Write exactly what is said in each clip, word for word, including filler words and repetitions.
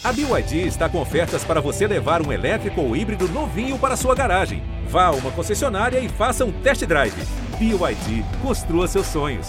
A B Y D está com ofertas para você levar um elétrico ou híbrido novinho para sua garagem. Vá a uma concessionária e faça um test drive. B Y D, construa seus sonhos.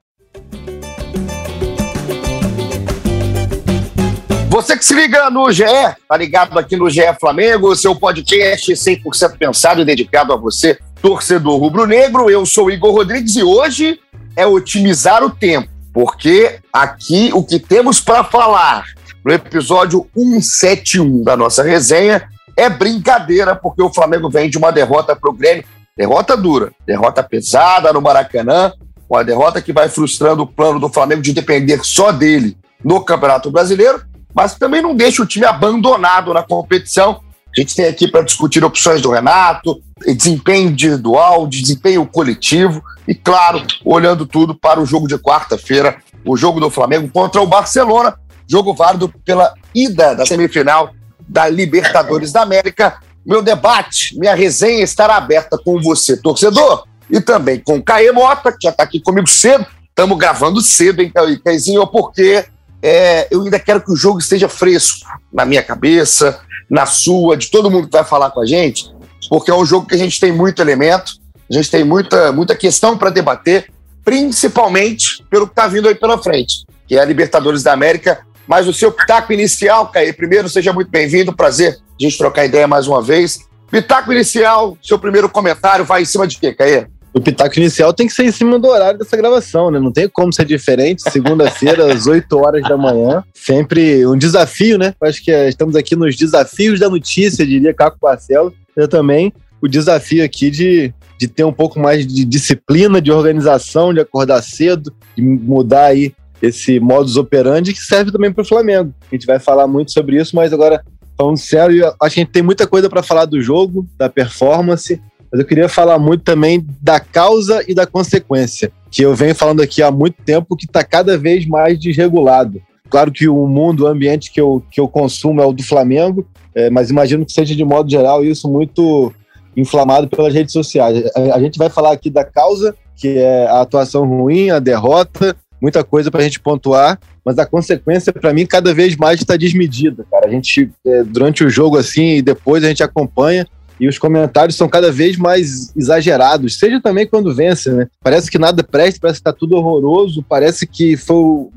Você que se liga no G E, tá ligado aqui no G E Flamengo, seu podcast cem por cento pensado e dedicado a você, torcedor rubro-negro. Eu sou o Igor Rodrigues e hoje é otimizar o tempo, porque aqui o que temos para falar no episódio cento e setenta e um da nossa resenha é brincadeira, porque o Flamengo vem de uma derrota pro Grêmio, derrota dura, derrota pesada no Maracanã, uma derrota que vai frustrando o plano do Flamengo de depender só dele no Campeonato Brasileiro, mas também não deixa o time abandonado na competição. A gente tem aqui para discutir opções do Renato, desempenho individual, desempenho coletivo e, claro, olhando tudo para o jogo de quarta-feira, o jogo do Flamengo contra o Barcelona, jogo válido pela ida da semifinal da Libertadores da América. Meu debate, minha resenha estará aberta com você, torcedor, e também com o Caê Mota, que já está aqui comigo cedo. Estamos gravando cedo, hein, Caezinho, porque é, eu ainda quero que o jogo esteja fresco na minha cabeça, na sua, de todo mundo que vai falar com a gente, porque é um jogo que a gente tem muito elemento, a gente tem muita, muita questão para debater, principalmente pelo que está vindo aí pela frente, que é a Libertadores da América. Mas o seu pitaco inicial, Caê, primeiro, seja muito bem-vindo, prazer a gente trocar ideia mais uma vez. Pitaco inicial, seu primeiro comentário, vai em cima de quê, Caê? O pitaco inicial tem que ser em cima do horário dessa gravação, né? Não tem como ser diferente. Segunda-feira, às oito horas da manhã. Sempre um desafio, né? Acho que estamos aqui nos desafios da notícia, diria Caco Barcelos. Eu também, o desafio aqui de, de ter um pouco mais de disciplina, de organização, de acordar cedo, de mudar aí esse modus operandi que serve também para o Flamengo. A gente vai falar muito sobre isso, mas agora, falando sério, acho que a gente tem muita coisa para falar do jogo, da performance, mas eu queria falar muito também da causa e da consequência, que eu venho falando aqui há muito tempo, que está cada vez mais desregulado. Claro que o mundo, o ambiente que eu, que eu consumo é o do Flamengo, é, mas imagino que seja, de modo geral, isso muito inflamado pelas redes sociais. A, a gente vai falar aqui da causa, que é a atuação ruim, a derrota, muita coisa pra gente pontuar, mas a consequência, pra mim, cada vez mais está desmedida, cara. A gente, é, durante o jogo, assim, e depois a gente acompanha, e os comentários são cada vez mais exagerados, seja também quando vence, né? Parece que nada presta, parece que tá tudo horroroso, parece que foi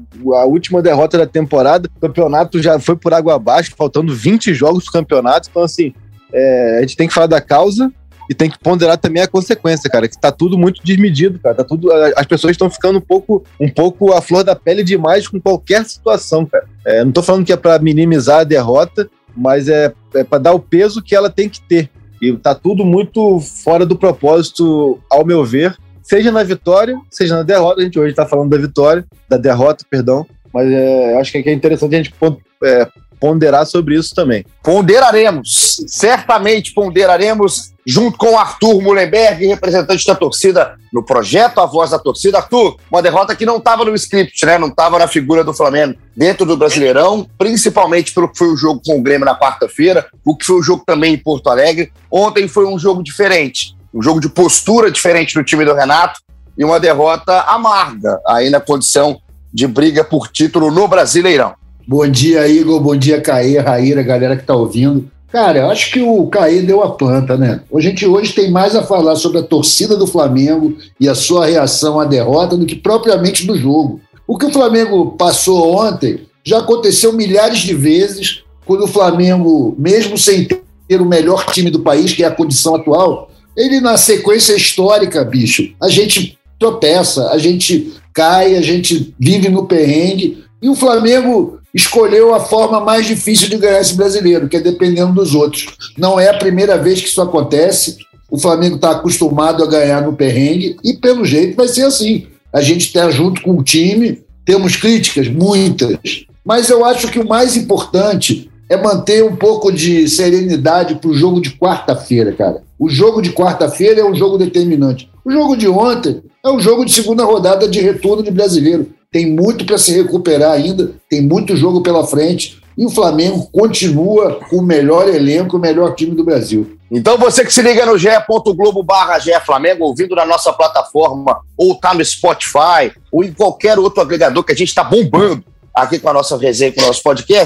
a última derrota da temporada, o campeonato já foi por água abaixo, faltando vinte jogos do campeonato, então, assim, é, a gente tem que falar da causa, e tem que ponderar também a consequência, cara, que tá tudo muito desmedido, cara, tá tudo, as pessoas estão ficando um pouco, um pouco à flor da pele demais com qualquer situação, cara. É, não tô falando que é pra minimizar a derrota, mas é, é pra dar o peso que ela tem que ter, e tá tudo muito fora do propósito, ao meu ver, seja na vitória, seja na derrota. A gente hoje tá falando da vitória, da derrota, perdão, mas é, acho que é interessante a gente é, ponderar sobre isso também. Ponderaremos, certamente ponderaremos, junto com o Arthur Mullenberg, representante da torcida no projeto A Voz da Torcida. Arthur, uma derrota que não estava no script, né? Não estava na figura do Flamengo dentro do Brasileirão, principalmente pelo que foi o jogo com o Grêmio na quarta-feira, o que foi o jogo também em Porto Alegre. Ontem foi um jogo diferente, um jogo de postura diferente do time do Renato e uma derrota amarga aí na condição de briga por título no Brasileirão. Bom dia, Igor, bom dia, Caê, Raíra, galera que tá ouvindo. Cara, eu acho que o Caê deu a planta, né? A gente hoje tem mais a falar sobre a torcida do Flamengo e a sua reação à derrota do que propriamente do jogo. O que o Flamengo passou ontem já aconteceu milhares de vezes, quando o Flamengo, mesmo sem ter o melhor time do país, que é a condição atual, ele na sequência histórica, bicho, a gente tropeça, a gente cai, a gente vive no perrengue, e o Flamengo escolheu a forma mais difícil de ganhar esse brasileiro, que é dependendo dos outros. Não é a primeira vez que isso acontece, o Flamengo está acostumado a ganhar no perrengue, e pelo jeito vai ser assim. A gente está junto com o time, temos críticas, muitas, mas eu acho que o mais importante é manter um pouco de serenidade para o jogo de quarta-feira, cara. O jogo de quarta-feira é um jogo determinante. O jogo de ontem é um jogo de segunda rodada de retorno de brasileiro. Tem muito para se recuperar ainda, tem muito jogo pela frente, e o Flamengo continua com o melhor elenco, o melhor time do Brasil. Então você que se liga no ge.globo barra Flamengo, ouvindo na nossa plataforma, ou tá no Spotify, ou em qualquer outro agregador que a gente está bombando aqui com a nossa resenha, com o nosso podcast,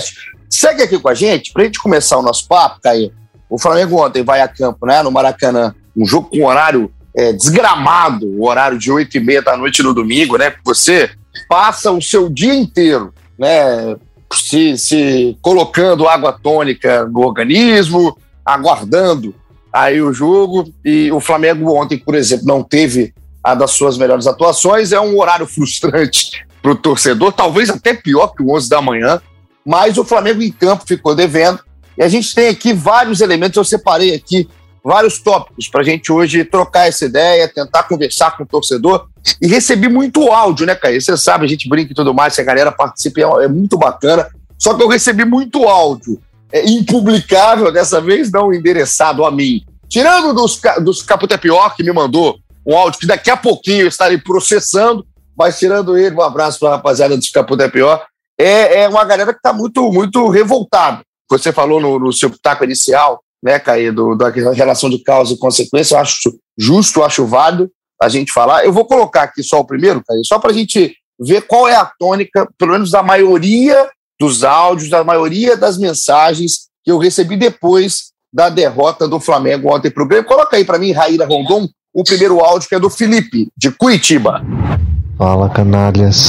Segue aqui com a gente, pra gente começar o nosso papo, Caí. O Flamengo ontem vai a campo, né, no Maracanã, um jogo com horário é, desgramado, o horário de oito e meia da noite no domingo, né, que você passa o seu dia inteiro, né, se, se colocando água tônica no organismo, aguardando aí o jogo, e o Flamengo ontem, por exemplo, não teve a das suas melhores atuações, é um horário frustrante para o torcedor, talvez até pior que o onze da manhã, mas o Flamengo em campo ficou devendo, e a gente tem aqui vários elementos, eu separei aqui vários tópicos para a gente hoje trocar essa ideia, tentar conversar com o torcedor, e recebi muito áudio, né, Caio? Você sabe, a gente brinca e tudo mais, se a galera participa, é, é muito bacana, só que eu recebi muito áudio, é impublicável, dessa vez não endereçado a mim. Tirando dos, dos Caputepior, que me mandou um áudio que daqui a pouquinho eu estarei processando, mas tirando ele, um abraço para a rapaziada dos Caputepior, é, é uma galera que está muito, muito revoltada. Você falou no, no seu pitaco inicial, né, Caí, do, da relação de causa e consequência, eu acho justo, eu acho válido a gente falar. Eu vou colocar aqui só o primeiro, Caí, só para a gente ver qual é a tônica, pelo menos da maioria dos áudios, da maioria das mensagens que eu recebi depois da derrota do Flamengo ontem para o Grêmio. Coloca aí para mim, Raíra Rondon, o primeiro áudio, que é do Felipe, de Curitiba. Fala, canalhas.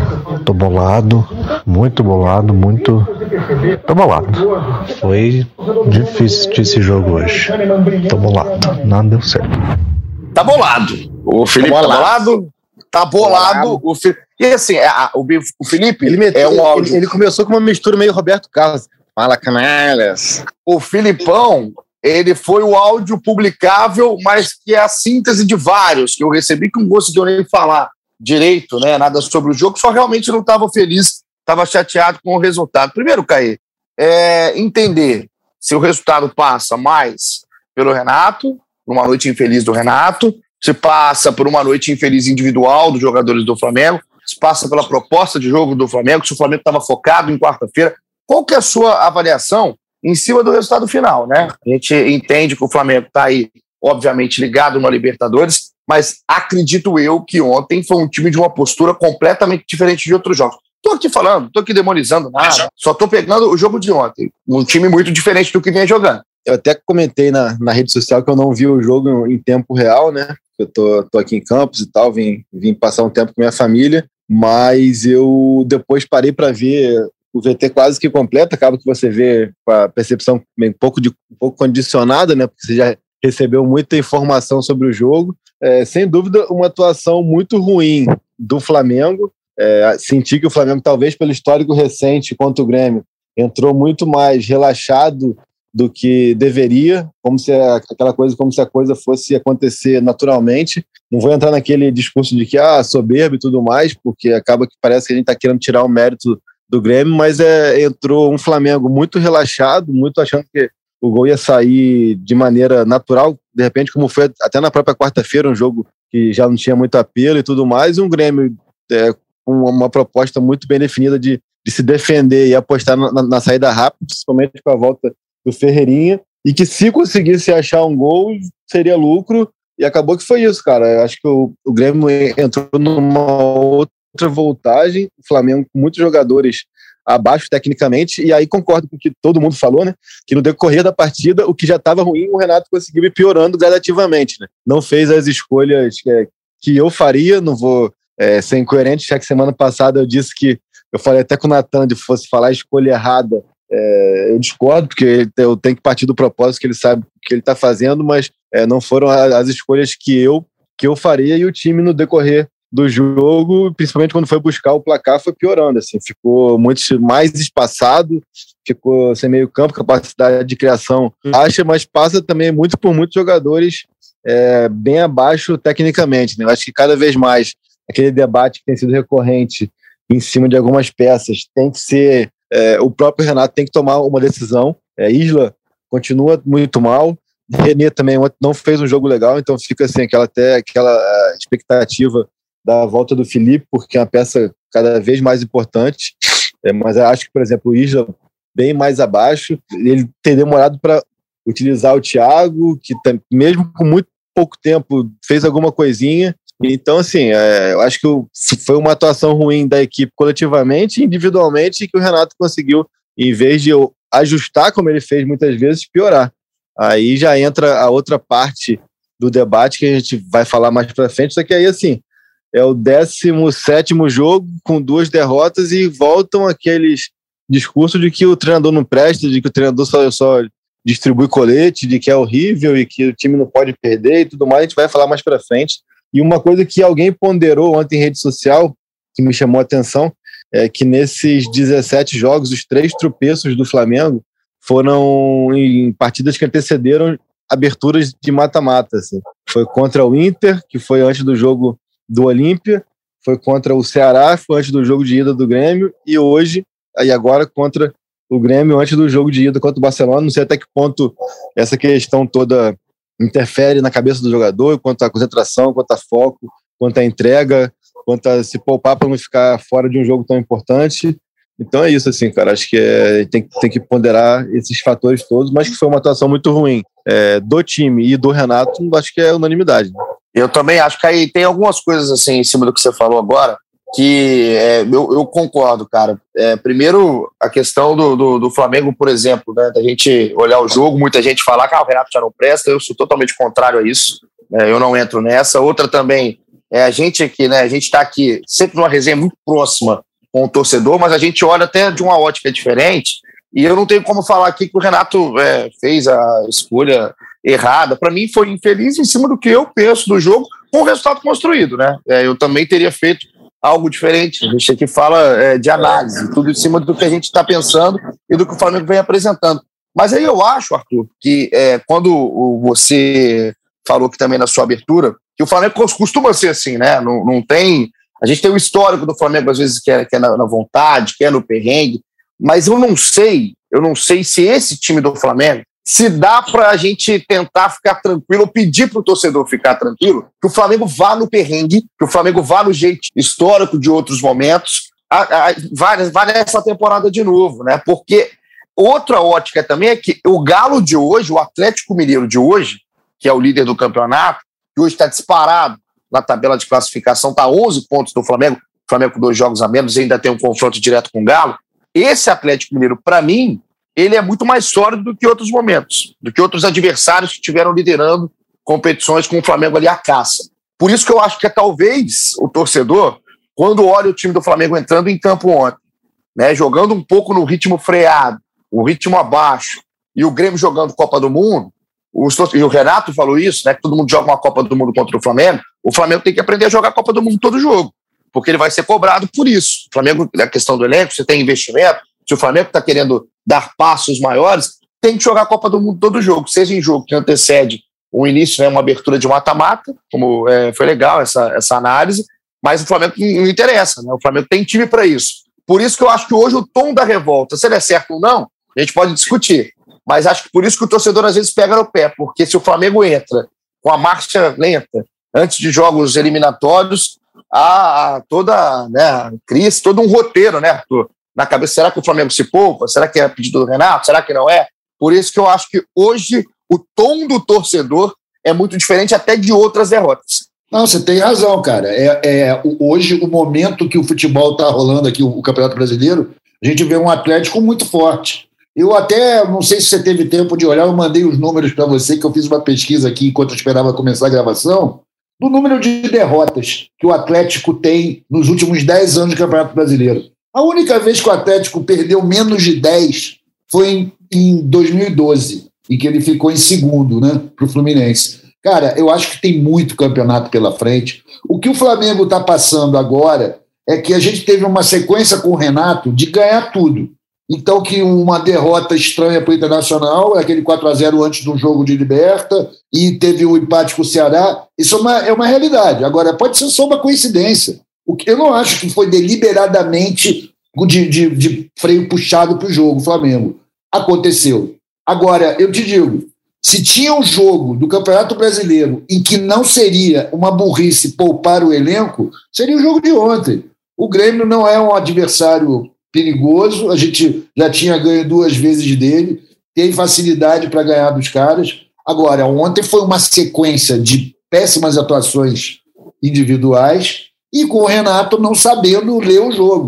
Tô bolado, muito bolado, muito... Tô bolado. Foi difícil esse jogo hoje. Tô bolado, nada deu certo. Tá bolado. O Felipe tá bolado? Tá bolado. O Fi... E assim, a, o, o Felipe ele meteu, é um áudio... Ele, ele começou com uma mistura meio Roberto Carlos. Fala, canalhas. O Filipão, ele foi o áudio publicável, mas que é a síntese de vários que eu recebi, que não conseguiu nem falar direito, né, nada sobre o jogo, só realmente não estava feliz, estava chateado com o resultado. Primeiro, Caí, é entender se o resultado passa mais pelo Renato, numa noite infeliz do Renato, se passa por uma noite infeliz individual dos jogadores do Flamengo, se passa pela proposta de jogo do Flamengo, se o Flamengo estava focado em quarta-feira. Qual que é a sua avaliação em cima do resultado final, né? A gente entende que o Flamengo está aí, obviamente, ligado na Libertadores, mas acredito eu que ontem foi um time de uma postura completamente diferente de outros jogos. Estou aqui falando, estou aqui demonizando nada, só estou pegando o jogo de ontem. Um time muito diferente do que vinha jogando. Eu até comentei na, na rede social que eu não vi o jogo em tempo real, né? Eu tô, tô aqui em Campos e tal, vim, vim passar um tempo com minha família, mas eu depois parei para ver o V T quase que completo. Acaba que você vê com a percepção um pouco, de, um pouco condicionada, né? Porque você já recebeu muita informação sobre o jogo. É, sem dúvida, uma atuação muito ruim do Flamengo. É, senti que o Flamengo, talvez pelo histórico recente contra o Grêmio, entrou muito mais relaxado do que deveria, como se a, aquela coisa, como se a coisa fosse acontecer naturalmente. Não vou entrar naquele discurso de que ah, soberbo e tudo mais, porque acaba que parece que a gente está querendo tirar o mérito do Grêmio, mas é, entrou um Flamengo muito relaxado, muito achando que o gol ia sair de maneira natural, de repente, como foi até na própria quarta-feira, um jogo que já não tinha muito apelo e tudo mais, e um Grêmio é, com uma proposta muito bem definida de, de se defender e apostar na, na saída rápida, principalmente com a volta do Ferreirinha, e que se conseguisse achar um gol, seria lucro, e acabou que foi isso, cara. Eu acho que o, o Grêmio entrou numa outra voltagem, o Flamengo com muitos jogadores abaixo tecnicamente, e aí concordo com o que todo mundo falou, né, que no decorrer da partida, o que já estava ruim, o Renato conseguiu ir piorando gradativamente, né, não fez as escolhas é, que eu faria, não vou é, ser incoerente, já que semana passada eu disse que, eu falei até com o Natan, de fosse falar a escolha errada, é, eu discordo, porque eu tenho que partir do propósito que ele sabe o que ele está fazendo, mas é, não foram as escolhas que eu, que eu faria, e o time no decorrer do jogo, principalmente quando foi buscar o placar, foi piorando, assim, ficou muito mais espaçado, ficou sem meio campo, capacidade de criação baixa, mas passa também muito por muitos jogadores é, bem abaixo tecnicamente, né? Eu acho que cada vez mais aquele debate que tem sido recorrente em cima de algumas peças tem que ser, é, o próprio Renato tem que tomar uma decisão. é, Isla continua muito mal, René também não fez um jogo legal, então fica assim, aquela, até aquela expectativa da volta do Felipe, porque é uma peça cada vez mais importante, é, mas eu acho que, por exemplo, o Isla bem mais abaixo, ele tem demorado para utilizar o Thiago, que tá, mesmo com muito pouco tempo fez alguma coisinha, então assim, é, eu acho que o, foi uma atuação ruim da equipe coletivamente e individualmente, que o Renato conseguiu em vez de ajustar como ele fez muitas vezes, piorar. Aí já entra a outra parte do debate que a gente vai falar mais pra frente, só que aí assim, é o décimo sétimo jogo com duas derrotas e voltam aqueles discursos de que o treinador não presta, de que o treinador só, só distribui colete, de que é horrível e que o time não pode perder e tudo mais. A gente vai falar mais pra frente. E uma coisa que alguém ponderou ontem em rede social, que me chamou a atenção, é que nesses dezessete jogos, os três tropeços do Flamengo foram em partidas que antecederam aberturas de mata-mata. Assim. Foi contra o Inter, que foi antes do jogo do Olímpia, foi contra o Ceará, foi antes do jogo de ida do Grêmio, e hoje, e agora contra o Grêmio, antes do jogo de ida contra o Barcelona. Não sei até que ponto essa questão toda interfere na cabeça do jogador, quanto à concentração, quanto a foco, quanto à entrega, quanto a se poupar para não ficar fora de um jogo tão importante. Então é isso, assim, cara, acho que é, tem, tem que ponderar esses fatores todos, mas que foi uma atuação muito ruim é, do time e do Renato, acho que é unanimidade. Eu também acho que aí tem algumas coisas assim em cima do que você falou agora, que é, eu, eu concordo, cara. É, primeiro, a questão do, do, do Flamengo, por exemplo, né, da gente olhar o jogo, muita gente falar que ah, o Renato já não presta, eu sou totalmente contrário a isso, né, eu não entro nessa. Outra também, é a gente aqui, né, a gente está aqui sempre numa resenha muito próxima com o torcedor, mas a gente olha até de uma ótica diferente, e eu não tenho como falar aqui que o Renato é, fez a escolha errada. Para mim foi infeliz em cima do que eu penso do jogo, com o resultado construído, né? É, eu também teria feito algo diferente. A gente aqui fala é, de análise, tudo em cima do que a gente está pensando e do que o Flamengo vem apresentando. Mas aí eu acho, Arthur, que é, quando você falou aqui também na sua abertura, que o Flamengo costuma ser assim, né? Não, não tem... A gente tem o histórico do Flamengo, às vezes, que é, que é na, na vontade, que é no perrengue, mas eu não sei, eu não sei se esse time do Flamengo, se dá para a gente tentar ficar tranquilo, ou pedir para o torcedor ficar tranquilo, que o Flamengo vá no perrengue, que o Flamengo vá no jeito histórico de outros momentos, a, a, vá, vá nessa temporada de novo, né? Porque outra ótica também é que o Galo de hoje, o Atlético Mineiro de hoje, que é o líder do campeonato, que hoje está disparado na tabela de classificação, está onze pontos do Flamengo, o Flamengo com dois jogos a menos, e ainda tem um confronto direto com o Galo. Esse Atlético Mineiro, para mim, ele é muito mais sólido do que outros momentos, do que outros adversários que estiveram liderando competições com o Flamengo ali à caça. Por isso que eu acho que é talvez o torcedor, quando olha o time do Flamengo entrando em campo ontem, né, jogando um pouco no ritmo freado, o ritmo abaixo, e o Grêmio jogando Copa do Mundo, os, e o Renato falou isso, né, que todo mundo joga uma Copa do Mundo contra o Flamengo, o Flamengo tem que aprender a jogar a Copa do Mundo todo jogo, porque ele vai ser cobrado por isso. O Flamengo, a questão do elenco, você tem investimento, se o Flamengo está querendo dar passos maiores, tem que jogar a Copa do Mundo todo jogo, seja em jogo que antecede o início, né, uma abertura de mata-mata, como é, foi legal essa, essa análise, mas o Flamengo não interessa, né? O Flamengo tem time para isso. Por isso que eu acho que hoje o tom da revolta, se ele é certo ou não, a gente pode discutir, mas acho que por isso que o torcedor às vezes pega no pé, porque se o Flamengo entra com a marcha lenta antes de jogos eliminatórios, há toda, né, crise, todo um roteiro, né, Arthur? Na cabeça, será que o Flamengo se poupa? Será que é pedido do Renato? Será que não é? Por isso que eu acho que hoje o tom do torcedor é muito diferente até de outras derrotas. Não, você tem razão, cara. É, é, hoje, o momento que o futebol está rolando aqui, o, o Campeonato Brasileiro, a gente vê um Atlético muito forte. Eu até, não sei se você teve tempo de olhar, eu mandei os números para você, que eu fiz uma pesquisa aqui enquanto eu esperava começar a gravação, do número de derrotas que o Atlético tem nos últimos dez anos do Campeonato Brasileiro. A única vez que o Atlético perdeu menos de dez foi em, em dois mil e doze, em que ele ficou em segundo, né, para o Fluminense. Cara, eu acho que tem muito campeonato pela frente. O que o Flamengo está passando agora é que a gente teve uma sequência com o Renato de ganhar tudo. Então, que uma derrota estranha para o Internacional, aquele quatro a zero antes do jogo de Liberta, e teve o empate com o Ceará, isso é uma, é uma realidade. Agora, pode ser só uma coincidência. O que eu não acho que foi deliberadamente de, de, de freio puxado para o jogo, o Flamengo. Aconteceu. Agora, eu te digo, se tinha um jogo do Campeonato Brasileiro em que não seria uma burrice poupar o elenco, seria o jogo de ontem. O Grêmio não é um adversário perigoso, a gente já tinha ganho duas vezes dele, tem facilidade para ganhar dos caras. Agora, ontem foi uma sequência de péssimas atuações individuais, e com o Renato não sabendo ler o jogo.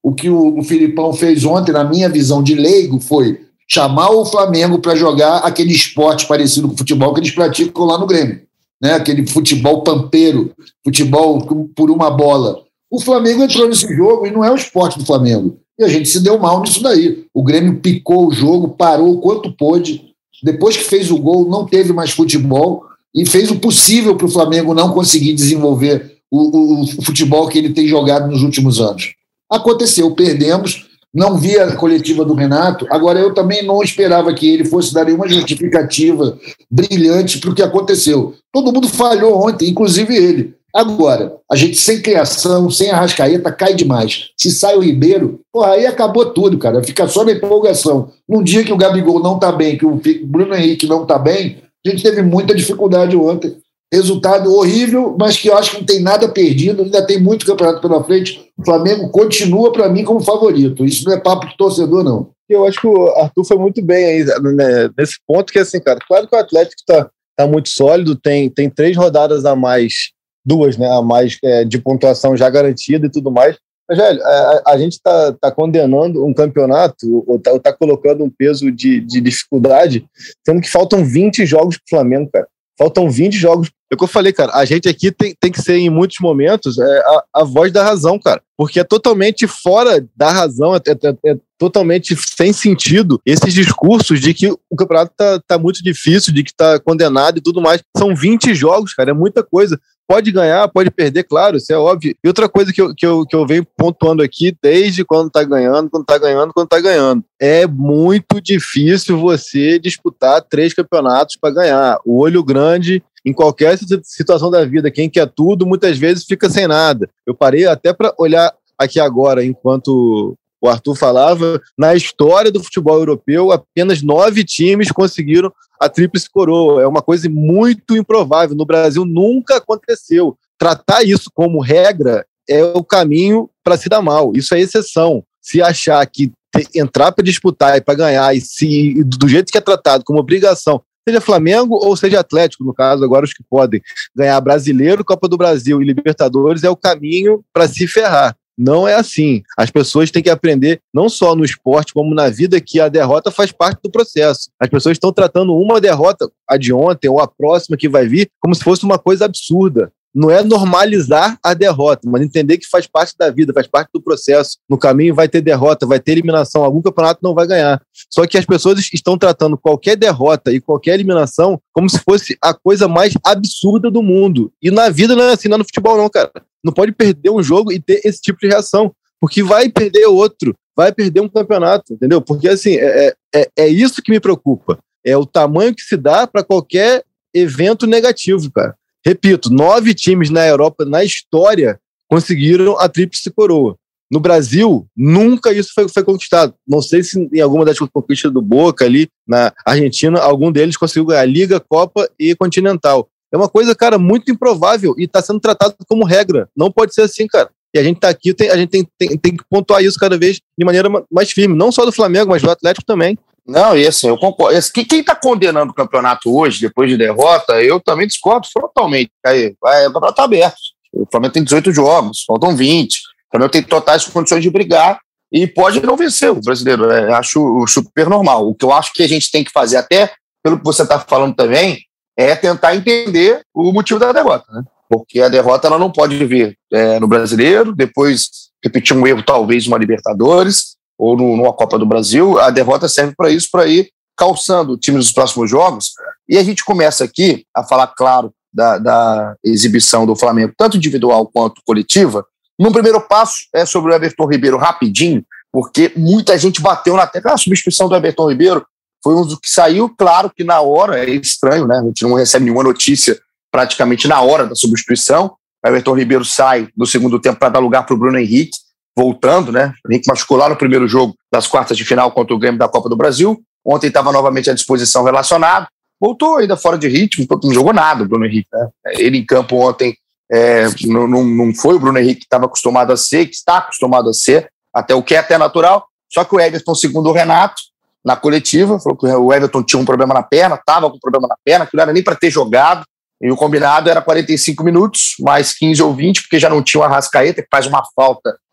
o que o, o Filipão fez ontem, na minha visão de leigo, foi chamar o Flamengo para jogar aquele esporte parecido com o futebol que eles praticam lá no Grêmio, né? Aquele futebol pampeiro, futebol por uma bola. O Flamengo entrou nesse jogo e não é o esporte do Flamengo. E a gente se deu mal nisso daí. O Grêmio picou o jogo, parou o quanto pôde. Depois que fez o gol, não teve mais futebol e fez o possível para o Flamengo não conseguir desenvolver o, o, o futebol que ele tem jogado nos últimos anos. Aconteceu, perdemos. Não vi a coletiva do Renato. Agora, eu também não esperava que ele fosse dar nenhuma justificativa brilhante para o que aconteceu. Todo mundo falhou ontem, inclusive ele. Agora, a gente sem criação, sem Arrascaeta, cai demais. Se sai o Ribeiro, porra, aí acabou tudo, cara. Fica só na empolgação. Num dia que o Gabigol não tá bem, que o Bruno Henrique não tá bem, a gente teve muita dificuldade ontem. Resultado horrível, mas que eu acho que não tem nada perdido, ainda tem muito campeonato pela frente. O Flamengo continua, para mim, como favorito. Isso não é papo de torcedor, não. Eu acho que o Arthur foi muito bem aí, né, nesse ponto, que assim, cara, claro que o Atlético tá, tá muito sólido, tem, tem três rodadas a mais, duas, né, a mais é, de pontuação já garantida e tudo mais. Mas, velho, a, a gente tá, tá condenando um campeonato, ou tá, ou tá colocando um peso de, de dificuldade, sendo que faltam vinte jogos pro Flamengo, cara. Faltam vinte jogos. É o que eu falei, cara. A gente aqui tem, tem que ser, em muitos momentos, é, a, a voz da razão, cara. Porque é totalmente fora da razão, é, é, é totalmente sem sentido esses discursos de que o campeonato tá, tá muito difícil, de que tá condenado e tudo mais. São vinte jogos, cara. É muita coisa. Pode ganhar, pode perder, claro, isso é óbvio. E outra coisa que eu, que eu, que eu venho pontuando aqui, desde quando tá ganhando, quando tá ganhando, quando tá ganhando. É muito difícil você disputar três campeonatos para ganhar. O olho grande, em qualquer situação da vida, quem quer tudo, muitas vezes fica sem nada. Eu parei até para olhar aqui agora, enquanto o Arthur falava, na história do futebol europeu, apenas nove times conseguiram a tríplice coroa. É uma coisa muito improvável. No Brasil nunca aconteceu. Tratar isso como regra é o caminho para se dar mal. Isso é exceção. Se achar que te, entrar para disputar e para ganhar, e se do jeito que é tratado, como obrigação, seja Flamengo ou seja Atlético, no caso, agora os que podem ganhar Brasileiro, Copa do Brasil e Libertadores, é o caminho para se ferrar. Não é assim. As pessoas têm que aprender, não só no esporte, como na vida, que a derrota faz parte do processo. As pessoas estão tratando uma derrota, a de ontem ou a próxima que vai vir, como se fosse uma coisa absurda. Não é normalizar a derrota, mas entender que faz parte da vida, faz parte do processo. No caminho vai ter derrota, vai ter eliminação, algum campeonato não vai ganhar. Só que as pessoas estão tratando qualquer derrota e qualquer eliminação como se fosse a coisa mais absurda do mundo. E na vida não é assim, não é no futebol não, cara. Não pode perder um jogo e ter esse tipo de reação, porque vai perder outro, vai perder um campeonato, entendeu? Porque assim, é, é, é isso que me preocupa. É o tamanho que se dá para qualquer evento negativo, cara. Repito, nove times na Europa, na história, conseguiram a tríplice coroa. No Brasil, nunca isso foi, foi conquistado. Não sei se em alguma das conquistas do Boca ali, na Argentina, algum deles conseguiu ganhar Liga, Copa e Continental. É uma coisa, cara, muito improvável e está sendo tratado como regra. Não pode ser assim, cara. E a gente está aqui, tem, a gente tem, tem, tem que pontuar isso cada vez de maneira mais firme. Não só do Flamengo, mas do Atlético também. Não, e assim, eu concordo. Quem está condenando o campeonato hoje, depois de derrota, eu também discordo frontalmente. Aí, vai, o campeonato está aberto. O Flamengo tem dezoito jogos, faltam vinte. O Flamengo tem totais condições de brigar e pode não vencer o brasileiro. É, acho super normal. O que eu acho que a gente tem que fazer, até pelo que você está falando também, é tentar entender o motivo da derrota, né? Porque a derrota ela não pode vir é, no brasileiro, depois repetir um erro, talvez, numa Libertadores ou no, numa Copa do Brasil. A derrota serve para isso, para ir calçando o time dos próximos jogos. E a gente começa aqui a falar, claro, da, da exibição do Flamengo, tanto individual quanto coletiva. Num primeiro passo, é sobre o Everton Ribeiro, rapidinho, porque muita gente bateu na tecla. A substituição do Everton Ribeiro foi um dos que saiu, claro que na hora, é estranho, né? A gente não recebe nenhuma notícia praticamente na hora da substituição. O Everton Ribeiro sai no segundo tempo para dar lugar para o Bruno Henrique, voltando, né? O Henrique machucou lá no primeiro jogo das quartas de final contra o Grêmio da Copa do Brasil. Ontem estava novamente à disposição relacionado. Voltou ainda fora de ritmo, não jogou nada o Bruno Henrique, né? Ele em campo ontem é, não, não, não foi o Bruno Henrique que estava acostumado a ser, que está acostumado a ser, até o que é até natural. Só que o Everton, segundo o Renato, na coletiva, falou que o Everton tinha um problema na perna, estava com problema na perna, que não era nem para ter jogado, e o combinado era quarenta e cinco minutos, mais quinze ou vinte, porque já não tinha o Arrascaeta, que faz uma falta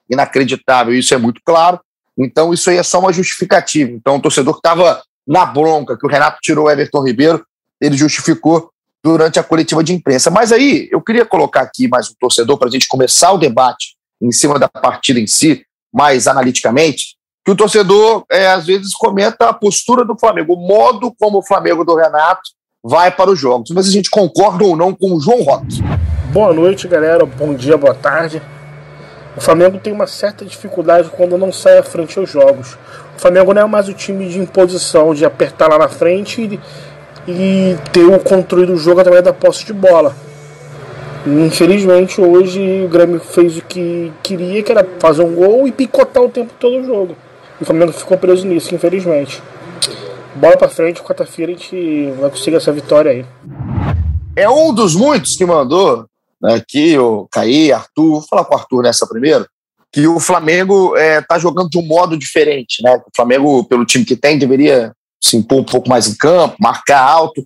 inacreditável, isso é muito claro. Então isso aí é só uma justificativa. Então o torcedor que estava na bronca, que o Renato tirou o Everton Ribeiro, ele justificou durante a coletiva de imprensa. Mas aí eu queria colocar aqui mais um torcedor para a gente começar o debate em cima da partida em si, mais analiticamente, que o torcedor é, às vezes comenta a postura do Flamengo, o modo como o Flamengo do Renato vai para os jogos. Mas a gente concorda ou não com o João Roque. Boa noite, galera. Bom dia, boa tarde. O Flamengo tem uma certa dificuldade quando não sai à frente aos jogos. O Flamengo não é mais o time de imposição, de apertar lá na frente e, e ter o controle do jogo através da posse de bola. Infelizmente, hoje o Grêmio fez o que queria, que era fazer um gol e picotar o tempo todo o jogo. E o Flamengo ficou preso nisso, infelizmente. Bola pra frente, quarta-feira a gente vai conseguir essa vitória aí. É um dos muitos que mandou aqui, o Caí, Arthur, vou falar com o Arthur nessa primeiro, que o Flamengo é, tá jogando de um modo diferente, né? O Flamengo, pelo time que tem, deveria se impor um pouco mais em campo, marcar alto.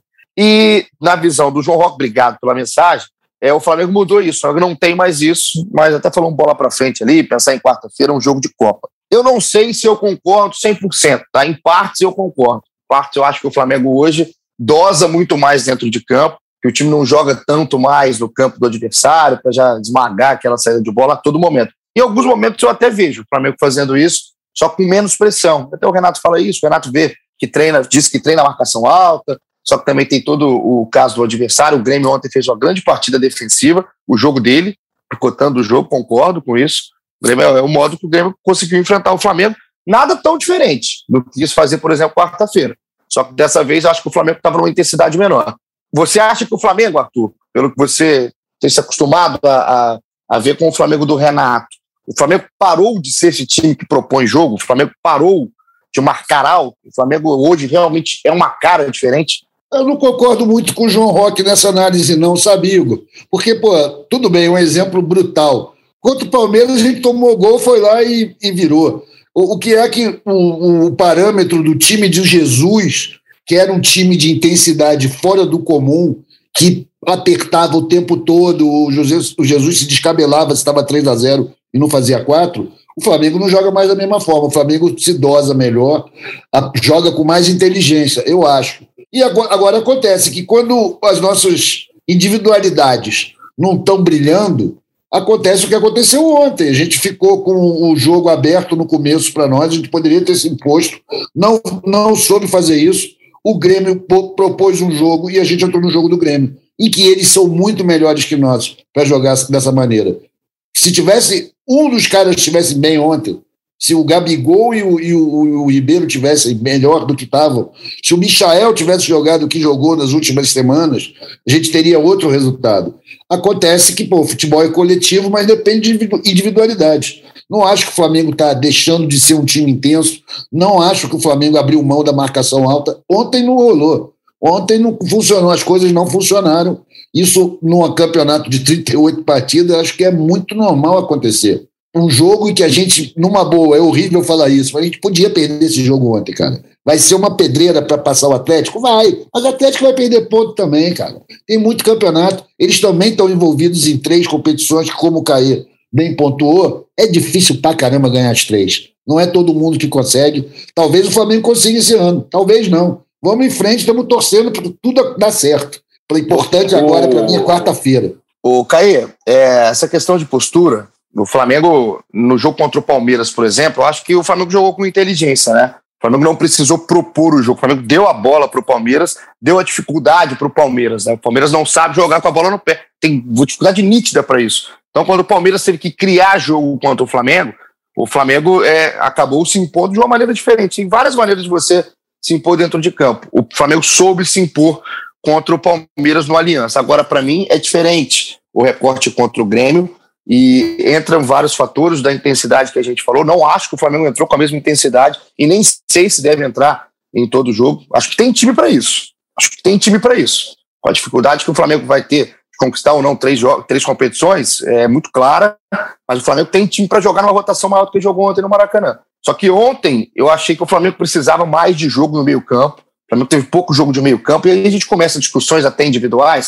E na visão do João Roque, obrigado pela mensagem, é, o Flamengo mudou isso, o Flamengo não tem mais isso, mas até falou um bola pra frente ali, pensar em quarta-feira, um jogo de Copa. Eu não sei se eu concordo cem por cento, tá? Em partes eu concordo. Em partes eu acho que o Flamengo hoje dosa muito mais dentro de campo, que o time não joga tanto mais no campo do adversário para já esmagar aquela saída de bola a todo momento. Em alguns momentos eu até vejo o Flamengo fazendo isso, só com menos pressão. Até o Renato fala isso, o Renato vê que treina, diz que treina a marcação alta, só que também tem todo o caso do adversário. O Grêmio ontem fez uma grande partida defensiva, o jogo dele, picotando o jogo, concordo com isso. O Grêmio é o modo que o Grêmio conseguiu enfrentar o Flamengo, nada tão diferente do que quis fazer, por exemplo, quarta-feira. Só que dessa vez eu acho que o Flamengo estava numa intensidade menor. Você acha que o Flamengo, Arthur, pelo que você tem se acostumado a, a, a ver com o Flamengo do Renato, o Flamengo parou de ser esse time que propõe jogo, o Flamengo parou de marcar alto, o Flamengo hoje realmente é uma cara diferente? Eu não concordo muito com o João Roque nessa análise não, sabe, Igor? Porque, pô, tudo bem, um exemplo brutal. Contra o Palmeiras a gente tomou gol, foi lá e, e virou. O, o que é que o, o parâmetro do time de Jesus, que era um time de intensidade fora do comum, que apertava o tempo todo, o Jesus, o Jesus se descabelava se estava três a zero e não fazia quatro, o Flamengo não joga mais da mesma forma, o Flamengo se dosa melhor, a, joga com mais inteligência, eu acho. E agora, agora acontece que quando as nossas individualidades não estão brilhando, acontece o que aconteceu ontem. A gente ficou com o jogo aberto no começo para nós, a gente poderia ter se imposto, não, não soube fazer isso. O Grêmio propôs um jogo e a gente entrou no jogo do Grêmio, em que eles são muito melhores que nós para jogar dessa maneira. Se tivesse um dos caras estivesse bem ontem, se o Gabigol e o, e o, o Ribeiro tivessem melhor do que estavam, se o Michael tivesse jogado o que jogou nas últimas semanas, a gente teria outro resultado. Acontece que, pô, o futebol é coletivo, mas depende de individualidade. Não acho que o Flamengo está deixando de ser um time intenso, não acho que o Flamengo abriu mão da marcação alta. Ontem não rolou, ontem não funcionou, as coisas não funcionaram. Isso num campeonato de trinta e oito partidas, acho que é muito normal acontecer. Um jogo em que a gente, numa boa, é horrível falar isso, mas a gente podia perder esse jogo ontem, cara. Vai ser uma pedreira para passar o Atlético? Vai. Mas o Atlético vai perder ponto também, cara. Tem muito campeonato. Eles também estão envolvidos em três competições que, como o Caê bem pontuou, é difícil pra caramba ganhar as três. Não é todo mundo que consegue. Talvez o Flamengo consiga esse ano. Talvez não. Vamos em frente, estamos torcendo para tudo dar certo. O importante agora, para mim, é quarta-feira. Ô, Caê, é, essa questão de postura, o Flamengo, no jogo contra o Palmeiras, por exemplo, eu acho que o Flamengo jogou com inteligência, né? O Flamengo não precisou propor o jogo. O Flamengo deu a bola para o Palmeiras, deu a dificuldade para o Palmeiras, né? O Palmeiras não sabe jogar com a bola no pé. Tem dificuldade nítida para isso. Então, quando o Palmeiras teve que criar jogo contra o Flamengo, o Flamengo é, acabou se impondo de uma maneira diferente. Tem várias maneiras de você se impor dentro de campo. O Flamengo soube se impor contra o Palmeiras no Aliança. Agora, para mim, é diferente o recorte contra o Grêmio e entram vários fatores da intensidade que a gente falou. Não acho que o Flamengo entrou com a mesma intensidade e nem sei se deve entrar em todo jogo. Acho que tem time para isso. Acho que tem time para isso. A dificuldade que o Flamengo vai ter de conquistar ou não três, três competições é muito clara, mas o Flamengo tem time para jogar numa rotação maior do que jogou ontem no Maracanã. Só que ontem eu achei que o Flamengo precisava mais de jogo no meio campo. O Flamengo teve pouco jogo de meio campo, e aí a gente começa discussões até individuais, Caí,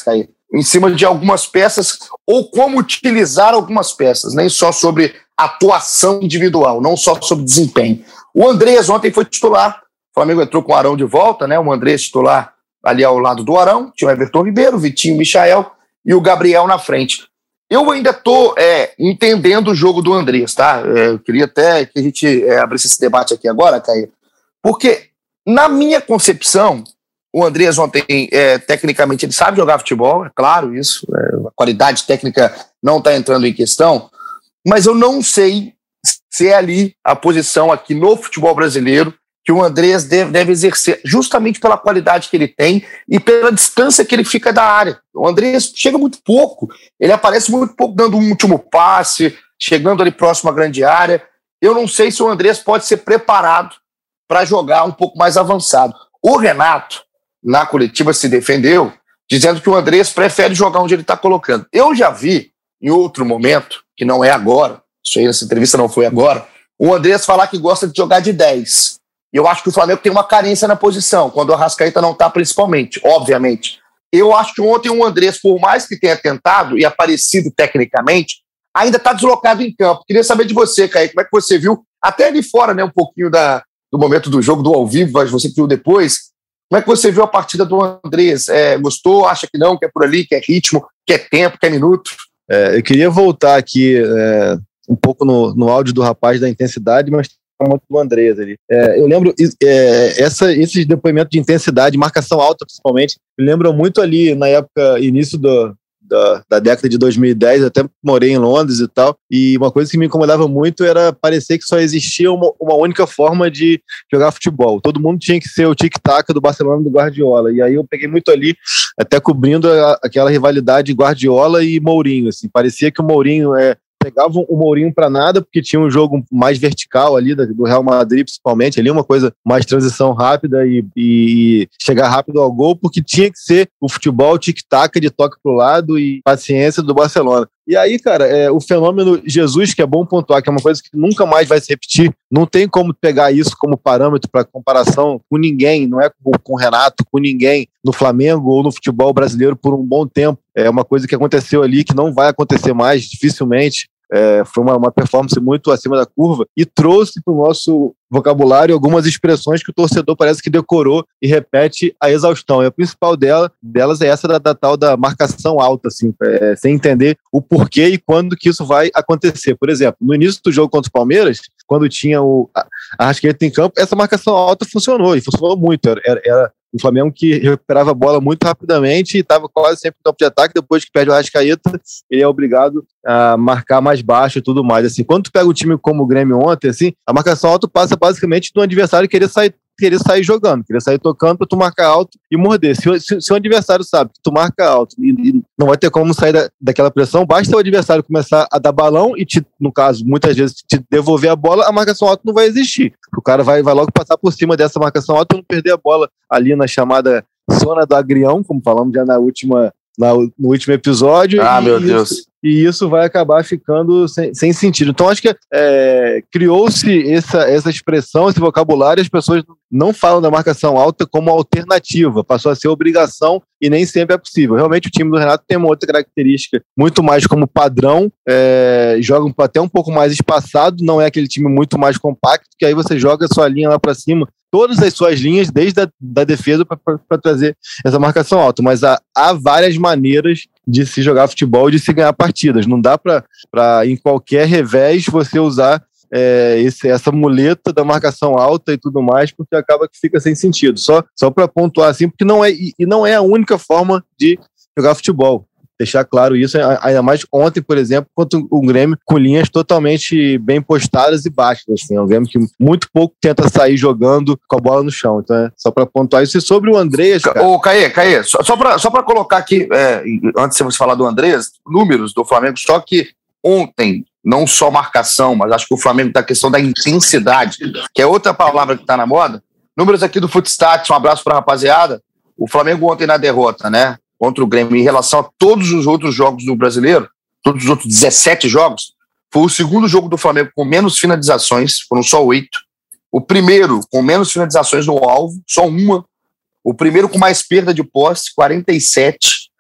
em cima de algumas peças ou como utilizar algumas peças, nem só sobre atuação individual, não só sobre desempenho. O Andrés ontem foi titular, o Flamengo entrou com o Arão de volta, né? O Andrés titular ali ao lado do Arão, tinha o Everton Ribeiro, o Vitinho, o Michael e o Gabriel na frente. Eu ainda estou é, entendendo o jogo do Andrés, tá? É, eu queria até que a gente é, abrisse esse debate aqui agora, Caio, porque na minha concepção, o Andrés ontem, é, tecnicamente, ele sabe jogar futebol, é claro isso, é, a qualidade técnica não está entrando em questão, mas eu não sei se é ali a posição aqui no futebol brasileiro que o Andrés deve, deve exercer, justamente pela qualidade que ele tem e pela distância que ele fica da área. O Andrés chega muito pouco, ele aparece muito pouco dando um último passe, chegando ali próximo à grande área. Eu não sei se o Andrés pode ser preparado para jogar um pouco mais avançado. O Renato, na coletiva, se defendeu, dizendo que o Andrés prefere jogar onde ele está colocando. Eu já vi, em outro momento, que não é agora, isso aí nessa entrevista não foi agora, o Andrés falar que gosta de jogar de dez. E eu acho que o Flamengo tem uma carência na posição, quando o Arrascaeta não está, principalmente, obviamente. Eu acho que ontem o Andrés, por mais que tenha tentado e aparecido tecnicamente, ainda está deslocado em campo. Queria saber de você, Caio, como é que você viu, até ali fora, né, um pouquinho da, do momento do jogo, do ao vivo, mas você que viu depois, como é que você viu a partida do Andrés? É, gostou? Acha que não? Que é por ali? Que é ritmo? Que é tempo? Que é minuto? É, eu queria voltar aqui é, um pouco no, no áudio do rapaz da intensidade, mas muito do Andrés ali. É, eu lembro, é, essa, esses depoimentos de intensidade, marcação alta principalmente, me lembram muito ali na época, início do, da, da década de dois mil e dez, eu até morei em Londres e tal, e uma coisa que me incomodava muito era parecer que só existia uma, uma única forma de jogar futebol. Todo mundo tinha que ser o tic-tac do Barcelona e do Guardiola, e aí eu peguei muito ali, até cobrindo a, aquela rivalidade Guardiola e Mourinho, assim, parecia que o Mourinho é pegavam o Mourinho para nada, porque tinha um jogo mais vertical ali, do Real Madrid principalmente, ali uma coisa mais transição rápida e, e chegar rápido ao gol, porque tinha que ser o futebol tic-tac de toque pro lado e paciência do Barcelona. E aí, cara, é, o fenômeno Jesus, que é bom pontuar, que é uma coisa que nunca mais vai se repetir, não tem como pegar isso como parâmetro para comparação com ninguém, não é com, com o Renato, com ninguém no Flamengo ou no futebol brasileiro por um bom tempo. É uma coisa que aconteceu ali, que não vai acontecer mais, dificilmente. É, foi uma, uma performance muito acima da curva e trouxe para o nosso vocabulário algumas expressões que o torcedor parece que decorou e repete a exaustão. E a principal dela, delas é essa da, da tal da marcação alta, assim, é, sem entender o porquê e quando que isso vai acontecer. Por exemplo, no início do jogo contra o Palmeiras, quando tinha o Arrascaeta em campo, essa marcação alta funcionou, e funcionou muito. Era, era, era o Flamengo que recuperava a bola muito rapidamente e estava quase sempre no campo de ataque. Depois que perde o Arrascaeta, ele é obrigado a marcar mais baixo e tudo mais. Assim, quando tu pega um time como o Grêmio ontem, assim, a marcação alta passa basicamente do adversário querer sair, querer sair jogando, querer sair tocando para tu marcar alto e morder. Se, se, se o adversário sabe que tu marca alto e, e não vai ter como sair da, daquela pressão, basta o adversário começar a dar balão e, te, no caso, muitas vezes, te devolver a bola, a marcação alta não vai existir. O cara vai, vai logo passar por cima dessa marcação alta e não perder a bola ali na chamada zona do agrião, como falamos já na última, na, no último episódio. Ah, meu isso, Deus. E isso vai acabar ficando sem, sem sentido. Então, acho que é, criou-se essa, essa expressão, esse vocabulário, as pessoas não falam da marcação alta como alternativa, passou a ser obrigação e nem sempre é possível. Realmente, o time do Renato tem uma outra característica, muito mais como padrão, é, joga até um pouco mais espaçado, não é aquele time muito mais compacto, que aí você joga a sua linha lá para cima, todas as suas linhas, desde a da defesa para trazer essa marcação alta. Mas há, há várias maneiras de se jogar futebol e de se ganhar partidas. Não dá para, em qualquer revés, você usar é, esse, essa muleta da marcação alta e tudo mais, porque acaba que fica sem sentido. Só, só para pontuar assim, porque não é, e não é a única forma de jogar futebol. Deixar claro isso, ainda mais ontem, por exemplo, contra o Grêmio, com linhas totalmente bem postadas e baixas. Assim, é um Grêmio que muito pouco tenta sair jogando com a bola no chão. Então, é só para pontuar isso. E sobre o Andrés... Cara... Ô, Caê, Caê, só, só para só colocar aqui, é, antes de você falar do Andrés, números do Flamengo, só que ontem, não só marcação, mas acho que o Flamengo está a questão da intensidade, que é outra palavra que está na moda. Números aqui do Footstats, um abraço para a rapaziada. O Flamengo ontem na derrota, né? Contra o Grêmio, em relação a todos os outros jogos do Brasileiro, todos os outros dezessete jogos, foi o segundo jogo do Flamengo com menos finalizações, foram só oito. O primeiro com menos finalizações no alvo, só uma. O primeiro com mais perda de posse, quarenta e sete.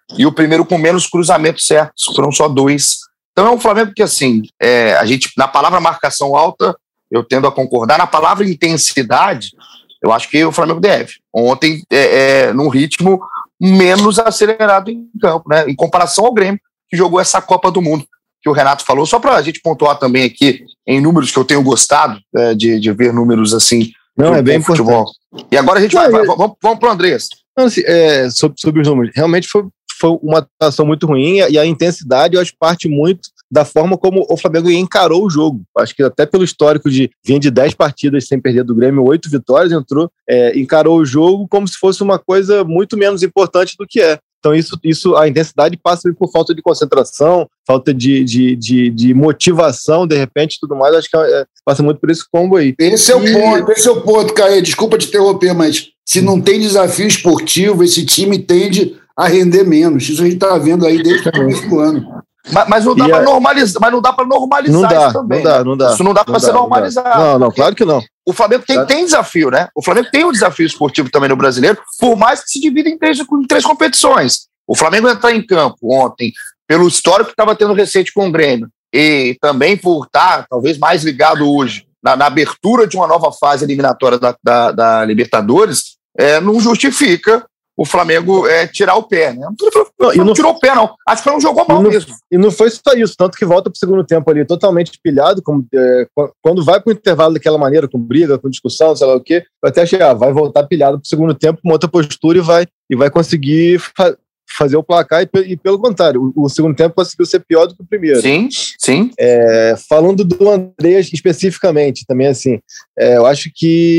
e o primeiro com menos cruzamentos certos, foram só dois. Então é um Flamengo que, assim, é, a gente, na palavra marcação alta, eu tendo a concordar, na palavra intensidade, eu acho que o Flamengo deve. Ontem, é, é, num ritmo menos acelerado em campo, né? Em comparação ao Grêmio, que jogou essa Copa do Mundo, que o Renato falou. Só para a gente pontuar também aqui em números que eu tenho gostado, é, de, de ver números assim. Não, é bem futebol. Importante. E agora a gente Não, vai, é... vai, vamos, vamos para o Andrés. Não, assim, é, sobre, sobre os números, realmente foi, foi uma atuação muito ruim e a intensidade, eu acho, parte muito da forma como o Flamengo encarou o jogo. Acho que até pelo histórico de vir de dez partidas sem perder do Grêmio, oito vitórias, entrou, é, encarou o jogo como se fosse uma coisa muito menos importante do que é. Então isso, isso a intensidade passa por falta de concentração, falta de, de, de, de motivação, de repente, tudo mais. Acho que é, passa muito por esse combo aí. Esse é o e... ponto, esse é o ponto, Caê. Desculpa te interromper, mas se não tem desafio esportivo, esse time tende a render menos. Isso a gente está vendo aí desde o começo do ano. Mas, mas não dá para normalizar, mas não dá para normalizar não dá, isso também. Não dá, não dá. Isso não dá para ser normalizado. Não, não, claro que não. O Flamengo tem, tem desafio, né? O Flamengo tem um desafio esportivo também no Brasileiro, por mais que se divida em três, em três competições. O Flamengo entrar em campo ontem, pelo histórico que estava tendo recente com o Grêmio, e também por estar, talvez, mais ligado hoje, na, na abertura de uma nova fase eliminatória da, da, da Libertadores, é, não justifica o Flamengo é, tirar o pé, né? Não, não, não tirou o pé, não. Acho que não jogou mal e não, mesmo. E não foi só isso, tanto que volta para o segundo tempo ali totalmente pilhado, como, é, quando vai para o intervalo daquela maneira, com briga, com discussão, sei lá o quê, eu até achei, ah, vai voltar pilhado para o segundo tempo, com outra postura e vai, e vai conseguir fa- fazer o placar, e, e pelo contrário, o, o segundo tempo conseguiu ser pior do que o primeiro. Sim, sim. É, falando do Andrés especificamente, também assim, é, eu acho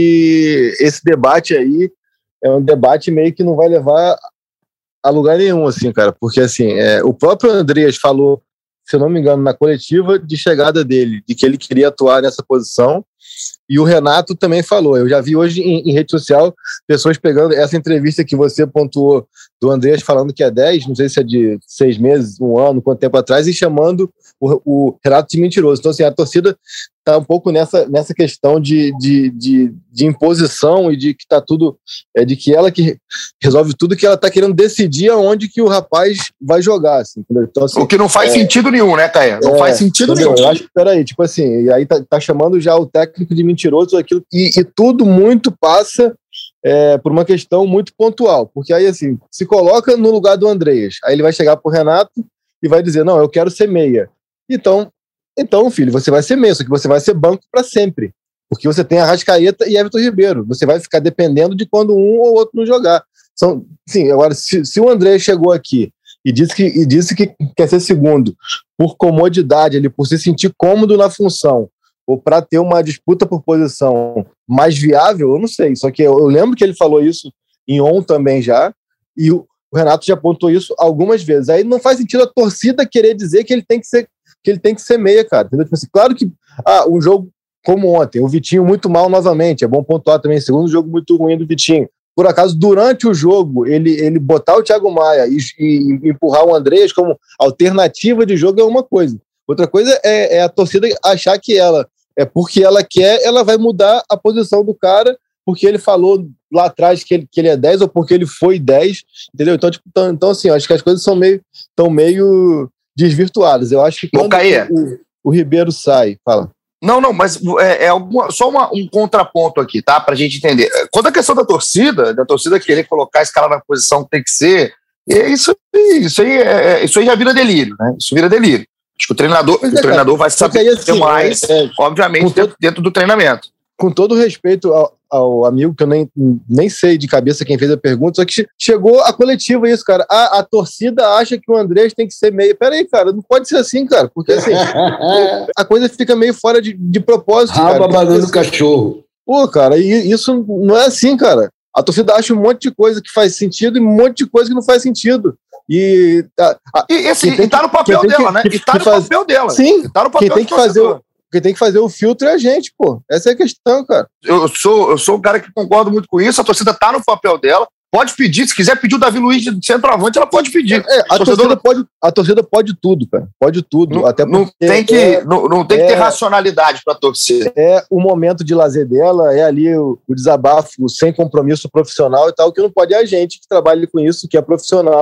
que esse debate aí é um debate meio que não vai levar a lugar nenhum, assim, cara, porque, assim, é, o próprio Andrés falou, se eu não me engano, na coletiva de chegada dele, de que ele queria atuar nessa posição, e o Renato também falou. Eu já vi hoje em, em rede social pessoas pegando essa entrevista que você pontuou do Andrés falando que é dez, não sei se é de seis meses, um ano, quanto tempo atrás, e chamando o, o Renato de mentiroso. Então, assim, a torcida está um pouco nessa, nessa questão de, de, de, de imposição e de que tá tudo, é, de que ela que resolve tudo, que ela está querendo decidir aonde que o rapaz vai jogar. Assim, então, assim, o que não faz é, sentido nenhum, né, Caê? Não é, faz sentido entendeu? nenhum. Eu acho que, peraí, tipo assim, e aí tá, tá chamando já o técnico de mentiroso, aquilo, e, e tudo muito passa é, por uma questão muito pontual, porque aí, assim, se coloca no lugar do Andrés, aí ele vai chegar pro Renato e vai dizer, não, eu quero ser meia. Então, então, filho, você vai ser meia, só que você vai ser banco para sempre, porque você tem Arrascaeta e Everton Ribeiro, você vai ficar dependendo de quando um ou outro não jogar. São, sim, agora, se, se o Andrés chegou aqui e disse, que, e disse que quer ser segundo por comodidade, ele, por se sentir cômodo na função, ou para ter uma disputa por posição mais viável, eu não sei. Só que eu, eu lembro que ele falou isso em on também já, e o, o Renato já apontou isso algumas vezes. Aí não faz sentido a torcida querer dizer que ele tem que ser, que ele tem que ser meia, cara. Entendeu? Tipo assim, claro que ah, um jogo como ontem, o Vitinho muito mal novamente, é bom pontuar também, segundo jogo muito ruim do Vitinho. Por acaso, durante o jogo, ele, ele botar o Thiago Maia e, e empurrar o Andrés como alternativa de jogo é uma coisa. Outra coisa é, é a torcida achar que ela, é porque ela quer, ela vai mudar a posição do cara, porque ele falou lá atrás que ele, que ele é dez ou porque ele foi dez, entendeu? Então, tipo, então, então assim, acho que as coisas são meio, tão meio desvirtuadas. Eu acho que quando o, o Ribeiro sai, fala. Não, não, mas é, é alguma, só uma, um contraponto aqui, tá? Pra gente entender. Quando a questão da torcida, da torcida querer colocar esse cara na posição que tem que ser, é isso, isso, aí, é, isso aí já vira delírio, né? Isso vira delírio. Acho que o treinador, é, o treinador vai saber aí, assim, mais, é, é, obviamente, dentro, todo, dentro do treinamento. Com todo respeito ao, ao amigo, que eu nem, nem sei de cabeça quem fez a pergunta, só que chegou a coletiva isso, cara. A, a torcida acha que o Andrés tem que ser meio. Peraí, cara, não pode ser assim, cara, porque assim, a coisa fica meio fora de, de propósito. Raba banando o cachorro. Pô, cara, e isso não é assim, cara. A torcida acha um monte de coisa que faz sentido e um monte de coisa que não faz sentido. E, a, a, e, esse, e tá no papel dela, que, né? Que, e tá no faz... papel dela. Sim, tá no papel quem tem que fazer o, quem tem que fazer o filtro é a gente, pô. Essa é a questão, cara. Eu sou, eu sou um cara que concordo muito com isso. A torcida tá no papel dela. Pode pedir, se quiser pedir o Davi Luiz de centroavante, ela pode pedir. É, a, torcedor... torcida pode, a torcida pode tudo, cara. Pode tudo. Não, até não tem, que, é, não, não tem é, que ter racionalidade pra torcer. É o momento de lazer dela, é ali o, o desabafo sem compromisso profissional e tal. O que não pode é a gente que trabalha com isso, que é profissional,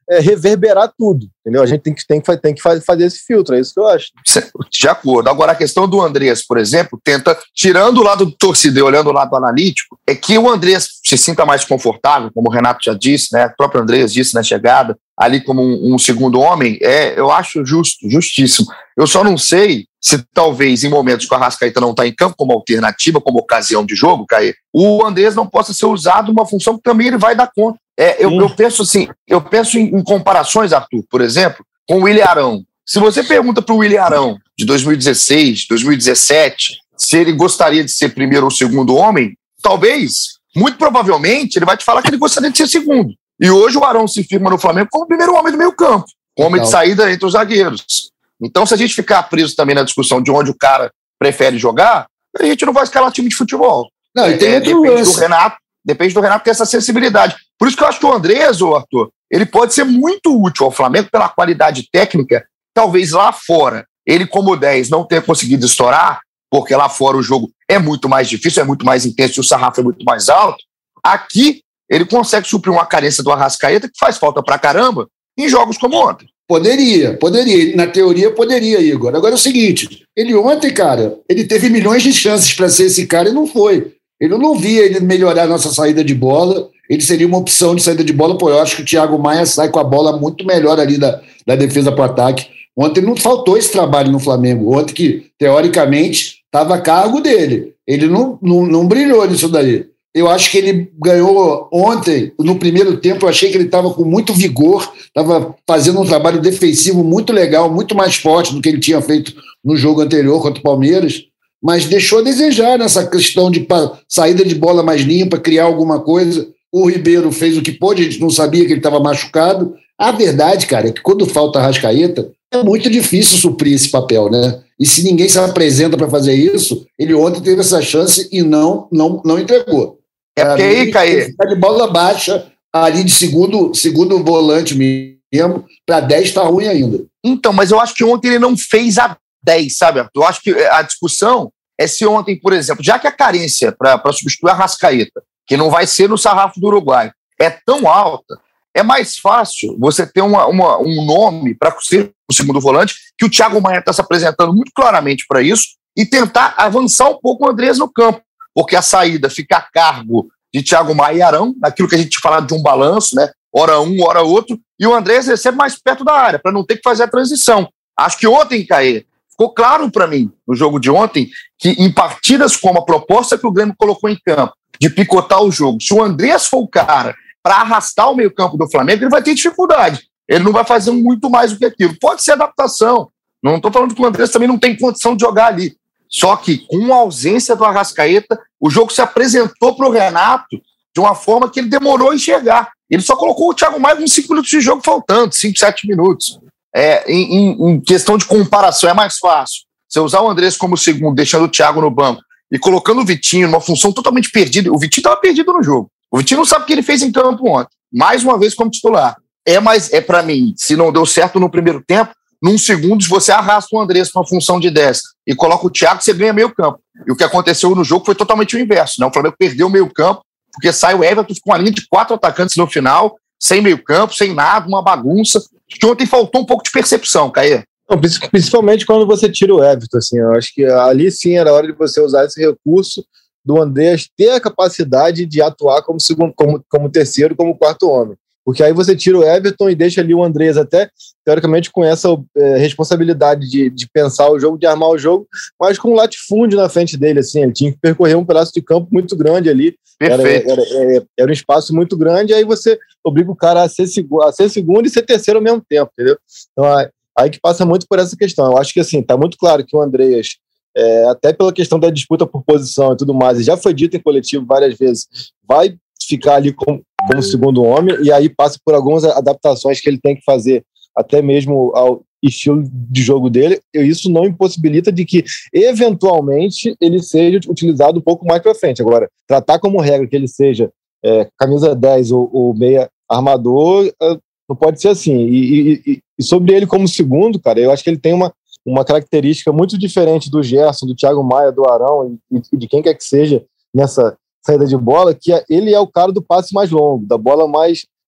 é, reverberar tudo, entendeu? A gente tem que, tem, que, tem que fazer esse filtro, é isso que eu acho. De acordo. Agora, a questão do Andrés, por exemplo, tenta, tirando o lado do torcedor e olhando o lado analítico, é que o Andrés se sinta mais confortável, como o Renato já disse, né? O próprio Andrés disse na chegada, ali como um, um segundo homem, é, eu acho justo, justíssimo. Eu só não sei se talvez em momentos que o Arrascaeta não está em campo como alternativa, como ocasião de jogo, Caê, o Andrés não possa ser usado numa função que também ele vai dar conta. É, eu, eu penso assim, eu penso em, em comparações, Arthur, por exemplo, com o Willian Arão. Se você pergunta para o Willian Arão de dois mil e dezesseis, dois mil e dezessete, se ele gostaria de ser primeiro ou segundo homem, talvez, muito provavelmente, ele vai te falar que ele gostaria de ser segundo. E hoje o Arão se firma no Flamengo como o primeiro homem do meio campo, homem de saída entre os zagueiros. Então, se a gente ficar preso também na discussão de onde o cara prefere jogar, a gente não vai escalar time de futebol. Não, e tem é, depende lance. do Renato, depende do Renato ter essa sensibilidade. Por isso que eu acho que o Andrés, ô Arthur, ele pode ser muito útil ao Flamengo pela qualidade técnica. Talvez lá fora, ele como dez não tenha conseguido estourar, porque lá fora o jogo é muito mais difícil, é muito mais intenso e o sarrafo é muito mais alto. Aqui, ele consegue suprir uma carência do Arrascaeta que faz falta pra caramba em jogos como ontem. Poderia, poderia. Na teoria, poderia, Igor. Agora é o seguinte, ele ontem, cara, ele teve milhões de chances para ser esse cara e não foi. Eu não via ele melhorar a nossa saída de bola, ele seria uma opção de saída de bola, pô, eu acho que o Thiago Maia sai com a bola muito melhor ali da, da defesa para o ataque. Ontem não faltou esse trabalho no Flamengo, ontem que, teoricamente, estava a cargo dele. Ele não, não, não brilhou nisso daí. Eu acho que ele ganhou ontem, no primeiro tempo, eu achei que ele estava com muito vigor, estava fazendo um trabalho defensivo muito legal, muito mais forte do que ele tinha feito no jogo anterior contra o Palmeiras, mas deixou a desejar nessa questão de saída de bola mais limpa, criar alguma coisa. O Ribeiro fez o que pôde, a gente não sabia que ele estava machucado. A verdade, cara, é que quando falta a Arrascaeta, é muito difícil suprir esse papel, né? E se ninguém se apresenta para fazer isso, ele ontem teve essa chance e não, não, não entregou. É porque aí, Caê, ficar de bola baixa, ali de segundo, segundo volante mesmo, para dez está ruim ainda. Então, mas eu acho que ontem ele não fez a dez, sabe, Arthur? Eu acho que a discussão é se ontem, por exemplo, já que a carência para substituir a Arrascaeta, que não vai ser no sarrafo do Uruguai, é tão alta, é mais fácil você ter uma, uma, um nome para ser o segundo volante, que o Thiago Maia está se apresentando muito claramente para isso, e tentar avançar um pouco o Andrés no campo, porque a saída fica a cargo de Thiago Maia e Arão, naquilo que a gente fala de um balanço, né? Hora um, hora outro, e o Andrés recebe mais perto da área, para não ter que fazer a transição. Acho que ontem, Caê, ficou claro para mim, no jogo de ontem, que em partidas como a proposta que o Grêmio colocou em campo, de picotar o jogo, se o Andrés for o cara para arrastar o meio-campo do Flamengo, ele vai ter dificuldade. Ele não vai fazer muito mais do que aquilo. Pode ser adaptação. Não estou falando que o Andrés também não tem condição de jogar ali. Só que, com a ausência do Arrascaeta, o jogo se apresentou para o Renato de uma forma que ele demorou a enxergar. Ele só colocou o Thiago Maia com cinco minutos de jogo faltando, cinco, sete minutos. É, em, em, em questão de comparação, é mais fácil você usar o Andrés como segundo, deixando o Thiago no banco e colocando o Vitinho numa função totalmente perdida. O Vitinho estava perdido no jogo. O Vitinho não sabe o que ele fez em campo ontem. Mais uma vez como titular. É, mais, é para mim, se não deu certo no primeiro tempo, num segundo, se você arrasta o Andrés para uma função de dez e coloca o Thiago, você ganha meio campo. E o que aconteceu no jogo foi totalmente o inverso, né? O Flamengo perdeu o meio campo, porque sai o Everton, ficou uma linha de quatro atacantes no final, sem meio campo, sem nada, uma bagunça. Que ontem faltou um pouco de percepção, Caê. Não, principalmente quando você tira o Everton, assim, eu acho que ali sim era hora de você usar esse recurso do Andrés ter a capacidade de atuar como, segundo, como, como terceiro, como quarto homem. Porque aí você tira o Everton e deixa ali o Andrés até, teoricamente, com essa é, responsabilidade de, de pensar o jogo, de armar o jogo, mas com um latifúndio na frente dele, assim, ele tinha que percorrer um pedaço de campo muito grande ali. Perfeito. Era, era, era, era um espaço muito grande, aí você obriga o cara a ser, a ser segundo e ser terceiro ao mesmo tempo, entendeu? Então, aí que passa muito por essa questão. Eu acho que, assim, tá muito claro que o Andrés, é, até pela questão da disputa por posição e tudo mais, e já foi dito em coletivo várias vezes, vai ficar ali como, como segundo homem, e aí passa por algumas adaptações que ele tem que fazer, até mesmo ao estilo de jogo dele, e isso não impossibilita de que, eventualmente, ele seja utilizado um pouco mais para frente. Agora, tratar como regra que ele seja é, camisa dez ou, ou meia armador, é, não pode ser assim. E, e, e sobre ele como segundo, cara, eu acho que ele tem uma, uma característica muito diferente do Gerson, do Thiago Maia, do Arão, e, e de quem quer que seja nessa saída de bola, que é, ele é o cara do passe mais longo, da bola mais,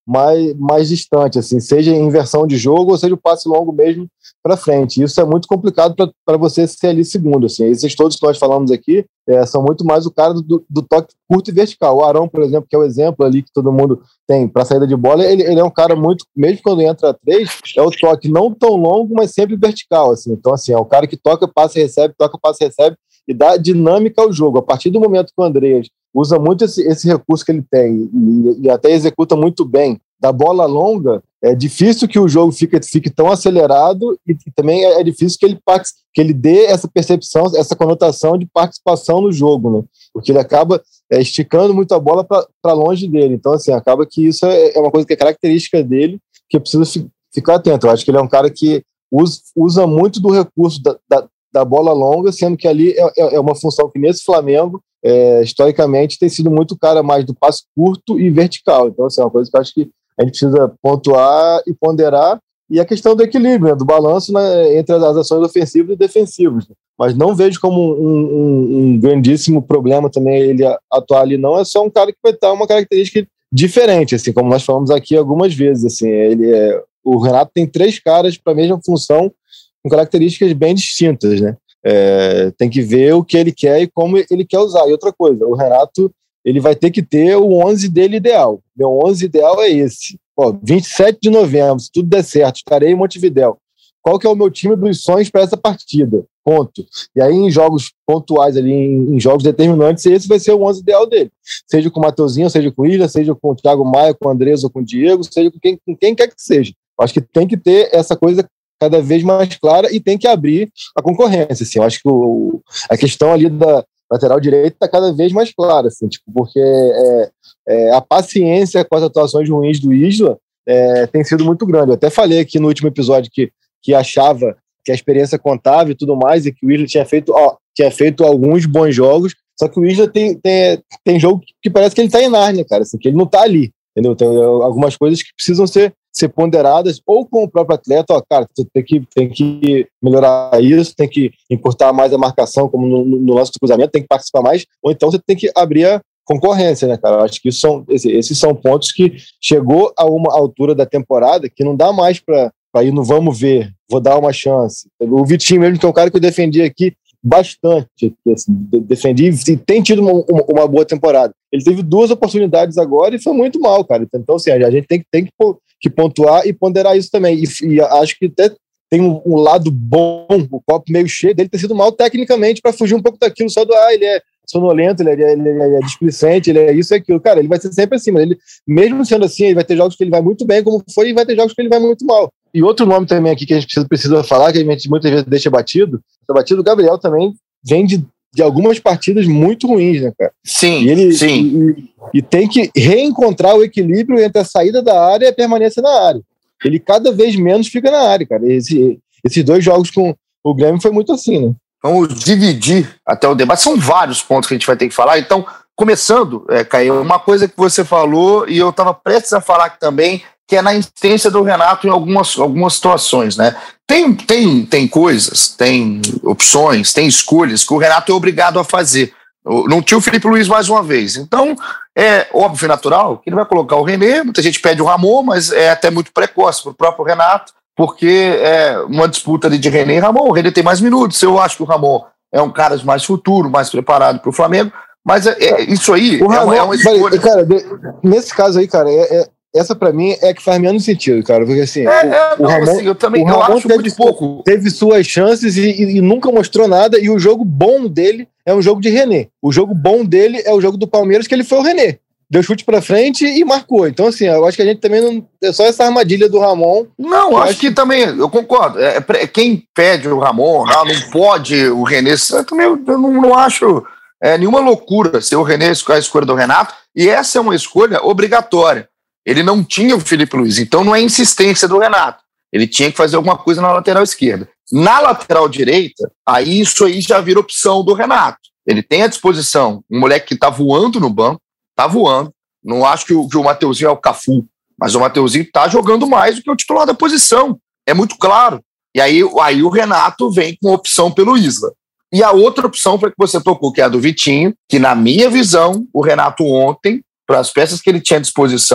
mais, mais distante, assim, seja em inversão de jogo ou seja o passe longo mesmo para frente. Isso é muito complicado para você ser ali segundo. Assim. Esses todos que nós falamos aqui é, são muito mais o cara do, do toque curto e vertical. O Arão, por exemplo, que é o exemplo ali que todo mundo tem para saída de bola, ele, ele é um cara muito, mesmo quando entra a três, é o toque não tão longo, mas sempre vertical. Assim. Então, assim, é o cara que toca, passa e recebe, toca, passa e recebe, e dá dinâmica ao jogo. A partir do momento que o Andreas usa muito esse, esse recurso que ele tem e, e até executa muito bem da bola longa, é difícil que o jogo fique, fique tão acelerado e, e também é, é difícil que ele, que ele dê essa percepção, essa conotação de participação no jogo, né? Porque ele acaba é, esticando muito a bola para longe dele. Então, assim, acaba que isso é, é uma coisa que é característica dele, que eu preciso fi, ficar atento. Eu acho que ele é um cara que usa, usa muito do recurso da, da, da bola longa, sendo que ali é, é uma função que nesse Flamengo, é, historicamente, tem sido muito cara mais do passe curto e vertical. Então, assim, é uma coisa que eu acho que a gente precisa pontuar e ponderar, e a questão do equilíbrio, né, do balanço, né, entre as ações ofensivas e defensivas. Mas não vejo como um, um, um grandíssimo problema também ele atuar ali, não. É só um cara que vai estar uma característica diferente, assim, como nós falamos aqui algumas vezes. Assim, ele é, o Renato tem três caras para a mesma função, com características bem distintas, né? É, tem que ver o que ele quer e como ele quer usar. E outra coisa, o Renato ele vai ter que ter o onze dele ideal. Meu onze ideal é esse. Ó, vinte e sete de novembro, se tudo der certo, estarei em Montevidéu. Qual que é o meu time dos sonhos para essa partida? Ponto. E aí, em jogos pontuais, ali, em, em jogos determinantes, esse vai ser o onze ideal dele. Seja com o Mateuzinho, seja com o Ilha, seja com o Thiago Maia, com o Andrés ou com o Diego, seja com quem, com quem quer que seja. Acho que tem que ter essa coisa cada vez mais clara e tem que abrir a concorrência. Assim. Eu acho que o, a questão ali da lateral direito está cada vez mais clara, assim, tipo, porque é, é, a paciência com as atuações ruins do Isla é, tem sido muito grande. Eu até falei aqui no último episódio que, que achava que a experiência contava e tudo mais, e que o Isla tinha feito, ó, tinha feito alguns bons jogos, só que o Isla tem, tem, tem jogo que parece que ele está em Nárnia, cara, assim, que ele não está ali, entendeu? Tem algumas coisas que precisam ser ser ponderadas, ou com o próprio atleta, ó, cara, tu tem que, tem que melhorar isso, tem que importar mais a marcação, como no, no lance do cruzamento, tem que participar mais, ou então você tem que abrir a concorrência, né, cara? Eu acho que isso são, esses são pontos que chegou a uma altura da temporada que não dá mais para ir no vamos ver, vou dar uma chance. O Vitinho mesmo, que é um cara que eu defendi aqui bastante, assim, defendi e tem tido uma, uma, uma boa temporada. Ele teve duas oportunidades agora e foi muito mal, cara. Então, assim, a gente tem que, tem que, que pontuar e ponderar isso também. E, e acho que até tem um, um lado bom, o copo meio cheio dele ter sido mal tecnicamente para fugir um pouco daquilo só do, ah, ele é sonolento, ele é, ele é displicente, ele é isso e aquilo. Cara, ele vai ser sempre assim, mas ele, mesmo sendo assim, ele vai ter jogos que ele vai muito bem, como foi, e vai ter jogos que ele vai muito mal. E outro nome também aqui que a gente precisa, precisa falar, que a gente muitas vezes deixa batido, o batido, o Gabriel também vem de, de algumas partidas muito ruins, né, cara? Sim, e ele, sim. E, e tem que reencontrar o equilíbrio entre a saída da área e a permanência na área. Ele cada vez menos fica na área, cara. Esse, esses dois jogos com o Grêmio foi muito assim, né? Vamos dividir até o debate. São vários pontos que a gente vai ter que falar. Então, começando, é, Caio, uma coisa que você falou, e eu estava prestes a falar aqui também, que é na insistência do Renato em algumas, algumas situações, né? Tem, tem, tem coisas, tem opções, tem escolhas que o Renato é obrigado a fazer. Não tinha o Felipe Luiz mais uma vez. Então, é óbvio e natural que ele vai colocar o René, muita gente pede o Ramon, mas é até muito precoce para o próprio Renato, porque é uma disputa ali de René e Ramon. O René tem mais minutos, eu acho que o Ramon é um cara de mais futuro, mais preparado para o Flamengo, mas é, é, isso aí o é, Ramon, uma, é uma escolha. Cara, nesse caso aí, cara, é, é, essa para mim é que faz menos sentido, cara, porque assim, é, é, o, não, o Ramon, assim, eu também o eu Ramon acho teve, muito pouco. Teve suas chances e, e, e nunca mostrou nada, e o jogo bom dele é um jogo de René. O jogo bom dele é o jogo do Palmeiras, que ele foi o René. Deu chute pra frente e marcou. Então, assim, eu acho que a gente também não... É só essa armadilha do Ramon. Não, eu acho, acho que, que também... Eu concordo. É, é, quem pede o Ramon, não, não pode o René... Eu também eu não, não acho é, nenhuma loucura ser o René a escolha do Renato. E essa é uma escolha obrigatória. Ele não tinha o Felipe Luiz. Então, não é insistência do Renato. Ele tinha que fazer alguma coisa na lateral esquerda. Na lateral direita, aí isso aí já vira opção do Renato. Ele tem à disposição um moleque que tá voando no banco, tá voando. Não acho que o, que o Mateuzinho é o Cafu, mas o Mateuzinho tá jogando mais do que o titular da posição. É muito claro. E aí, aí o Renato vem com a opção pelo Isla. E a outra opção foi que você tocou, que é a do Vitinho, que na minha visão, o Renato ontem, para as peças que ele tinha à disposição,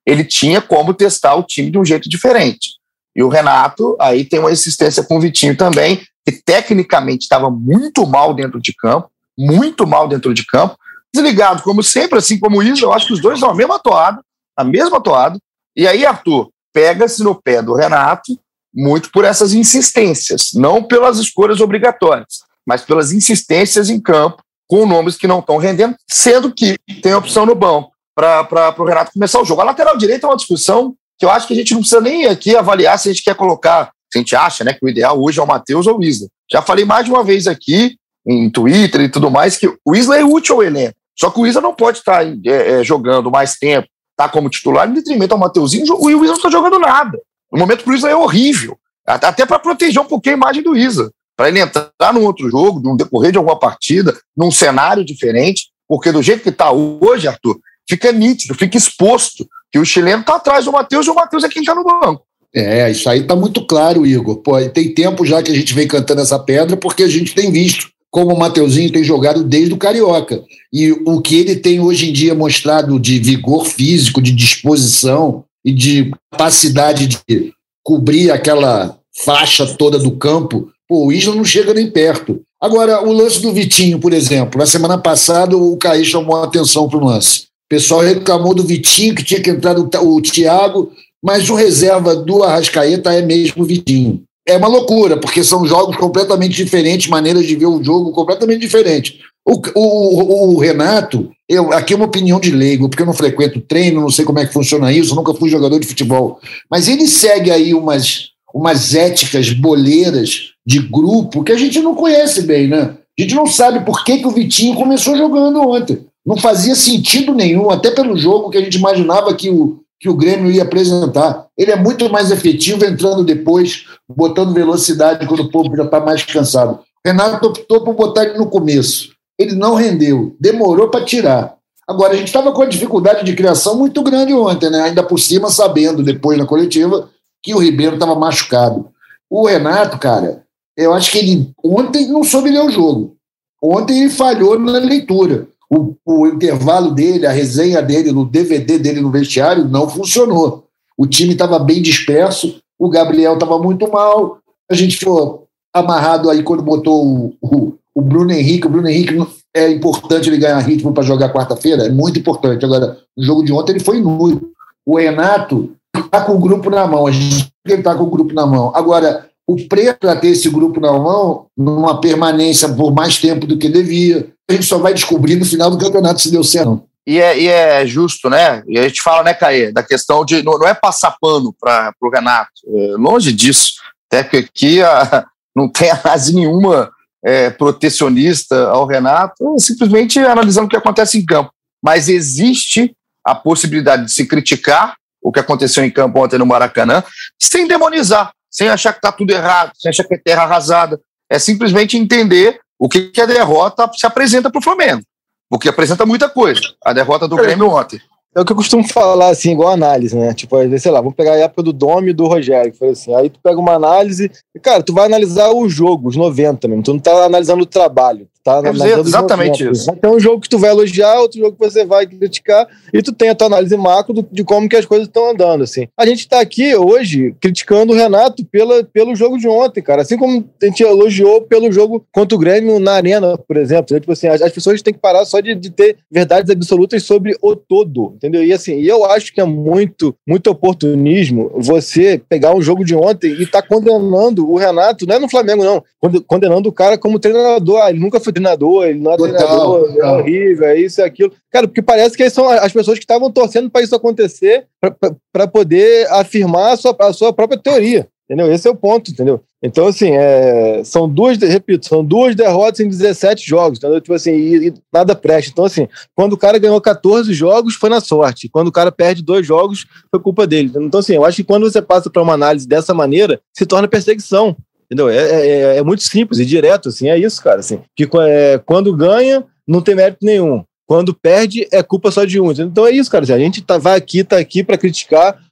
ele tinha como testar o time de um jeito diferente. E o Renato aí tem uma insistência com o Vitinho também, que tecnicamente estava muito mal dentro de campo, muito mal dentro de campo, desligado, como sempre, assim como o Isla, eu acho que os dois são a mesma toada, a mesma toada, e aí, Arthur, pega-se no pé do Renato muito por essas insistências, não pelas escolhas obrigatórias, mas pelas insistências em campo, com nomes que não estão rendendo, sendo que tem opção no banco para o Renato começar o jogo. A lateral direita é uma discussão que eu acho que a gente não precisa nem aqui avaliar se a gente quer colocar, se a gente acha, né, que o ideal hoje é o Matheus ou o Isla. Já falei mais de uma vez aqui, em Twitter e tudo mais, que o Isla é útil ao elenco, só que o Isla não pode estar é, é, jogando mais tempo, tá como titular, em detrimento ao Mateuzinho, o Isla não está jogando nada. O momento pro Isla é horrível, até para proteger um pouquinho a imagem do Isla, para ele entrar num outro jogo, num decorrer de alguma partida, num cenário diferente, porque do jeito que está hoje, Arthur, fica nítido, fica exposto que o chileno está atrás do Matheus e o Matheus é quem está no banco. É, isso aí está muito claro, Igor. Pô, tem tempo já que a gente vem cantando essa pedra, porque a gente tem visto como o Mateuzinho tem jogado desde o Carioca. E o que ele tem hoje em dia mostrado de vigor físico, de disposição e de capacidade de cobrir aquela faixa toda do campo, pô, o Isla não chega nem perto. Agora, o lance do Vitinho, por exemplo, na semana passada o Caí chamou a atenção para o lance. O pessoal reclamou do Vitinho, que tinha que entrar o, o Thiago, mas o reserva do Arrascaeta é mesmo o Vitinho. É uma loucura, porque são jogos completamente diferentes, maneiras de ver o jogo completamente diferentes. O, o, o Renato, eu, aqui é uma opinião de leigo, porque eu não frequento treino, não sei como é que funciona isso, nunca fui jogador de futebol, mas ele segue aí umas, umas éticas boleiras de grupo que a gente não conhece bem, né? A gente não sabe por que, que o Vitinho começou jogando ontem. Não fazia sentido nenhum, até pelo jogo que a gente imaginava que o, que o Grêmio ia apresentar. Ele é muito mais efetivo entrando depois, botando velocidade quando o povo já está mais cansado. Renato optou por botar ele no começo. Ele não rendeu, demorou para tirar. Agora, a gente estava com uma dificuldade de criação muito grande ontem, né? Ainda por cima, sabendo depois na coletiva que o Ribeiro estava machucado. O Renato, cara, eu acho que ele ontem não soube ler o jogo. Ontem ele falhou na leitura. O, o intervalo dele, a resenha dele, no D V D dele no vestiário, não funcionou. O time estava bem disperso, o Gabriel estava muito mal, a gente ficou amarrado aí quando botou o, o, o Bruno Henrique. O Bruno Henrique é importante ele ganhar ritmo para jogar quarta-feira, é muito importante. Agora, no jogo de ontem ele foi nulo. O Renato está com o grupo na mão, a gente está com o grupo na mão. Agora, o preço para ter esse grupo na mão, numa permanência por mais tempo do que devia, a gente só vai descobrir no final do campeonato se deu certo. E é, e é justo, né? E a gente fala, né, Caê, da questão de. Não, não é passar pano para o Renato, é, longe disso. Até que aqui a, não tem análise nenhuma é, protecionista ao Renato, é simplesmente analisando o que acontece em campo. Mas existe a possibilidade de se criticar o que aconteceu em campo ontem no Maracanã, sem demonizar, sem achar que está tudo errado, sem achar que é terra arrasada. É simplesmente entender o que, que a derrota se apresenta para o Flamengo. Porque apresenta muita coisa. A derrota do Grêmio ontem. É o que eu costumo falar, assim, igual análise, né? Tipo, sei lá, vamos pegar a época do Domi e do Rogério, que foi assim. Aí tu pega uma análise e, cara, tu vai analisar o jogo, os noventa mesmo. Tu não tá analisando o trabalho. Tá analisando exatamente isso. Tem um jogo que tu vai elogiar, outro jogo que você vai criticar, e tu tem a tua análise macro do, de como que as coisas estão andando, assim. A gente tá aqui hoje criticando o Renato pela, pelo jogo de ontem, cara. Assim como a gente elogiou pelo jogo contra o Grêmio na Arena, por exemplo. Né? Tipo assim, as, as pessoas têm que parar só de, de ter verdades absolutas sobre o todo, entendeu? E assim, eu acho que é muito, muito oportunismo você pegar um jogo de ontem e tá condenando o Renato, não é no Flamengo, não, condenando o cara como treinador. Ah, ele nunca foi treinador, ele não é total, treinador, total. É horrível, é isso, é aquilo. Cara, porque parece que são as pessoas que estavam torcendo para isso acontecer, para poder afirmar a sua, a sua própria teoria, entendeu? Esse é o ponto, entendeu? Então, assim, é, são duas, repito, são duas derrotas em dezessete jogos, entendeu? Tipo assim, e, e nada presta. Então, assim, quando o cara ganhou catorze jogos, foi na sorte. Quando o cara perde dois jogos, foi culpa dele. Então, assim, eu acho que quando você passa para uma análise dessa maneira, se torna perseguição. Entendeu? É, é, é muito simples e direto, assim, é isso, cara, assim, que é, quando ganha, não tem mérito nenhum, quando perde, é culpa só de um, então é isso, cara, assim, a gente tá, vai aqui, tá aqui para criticar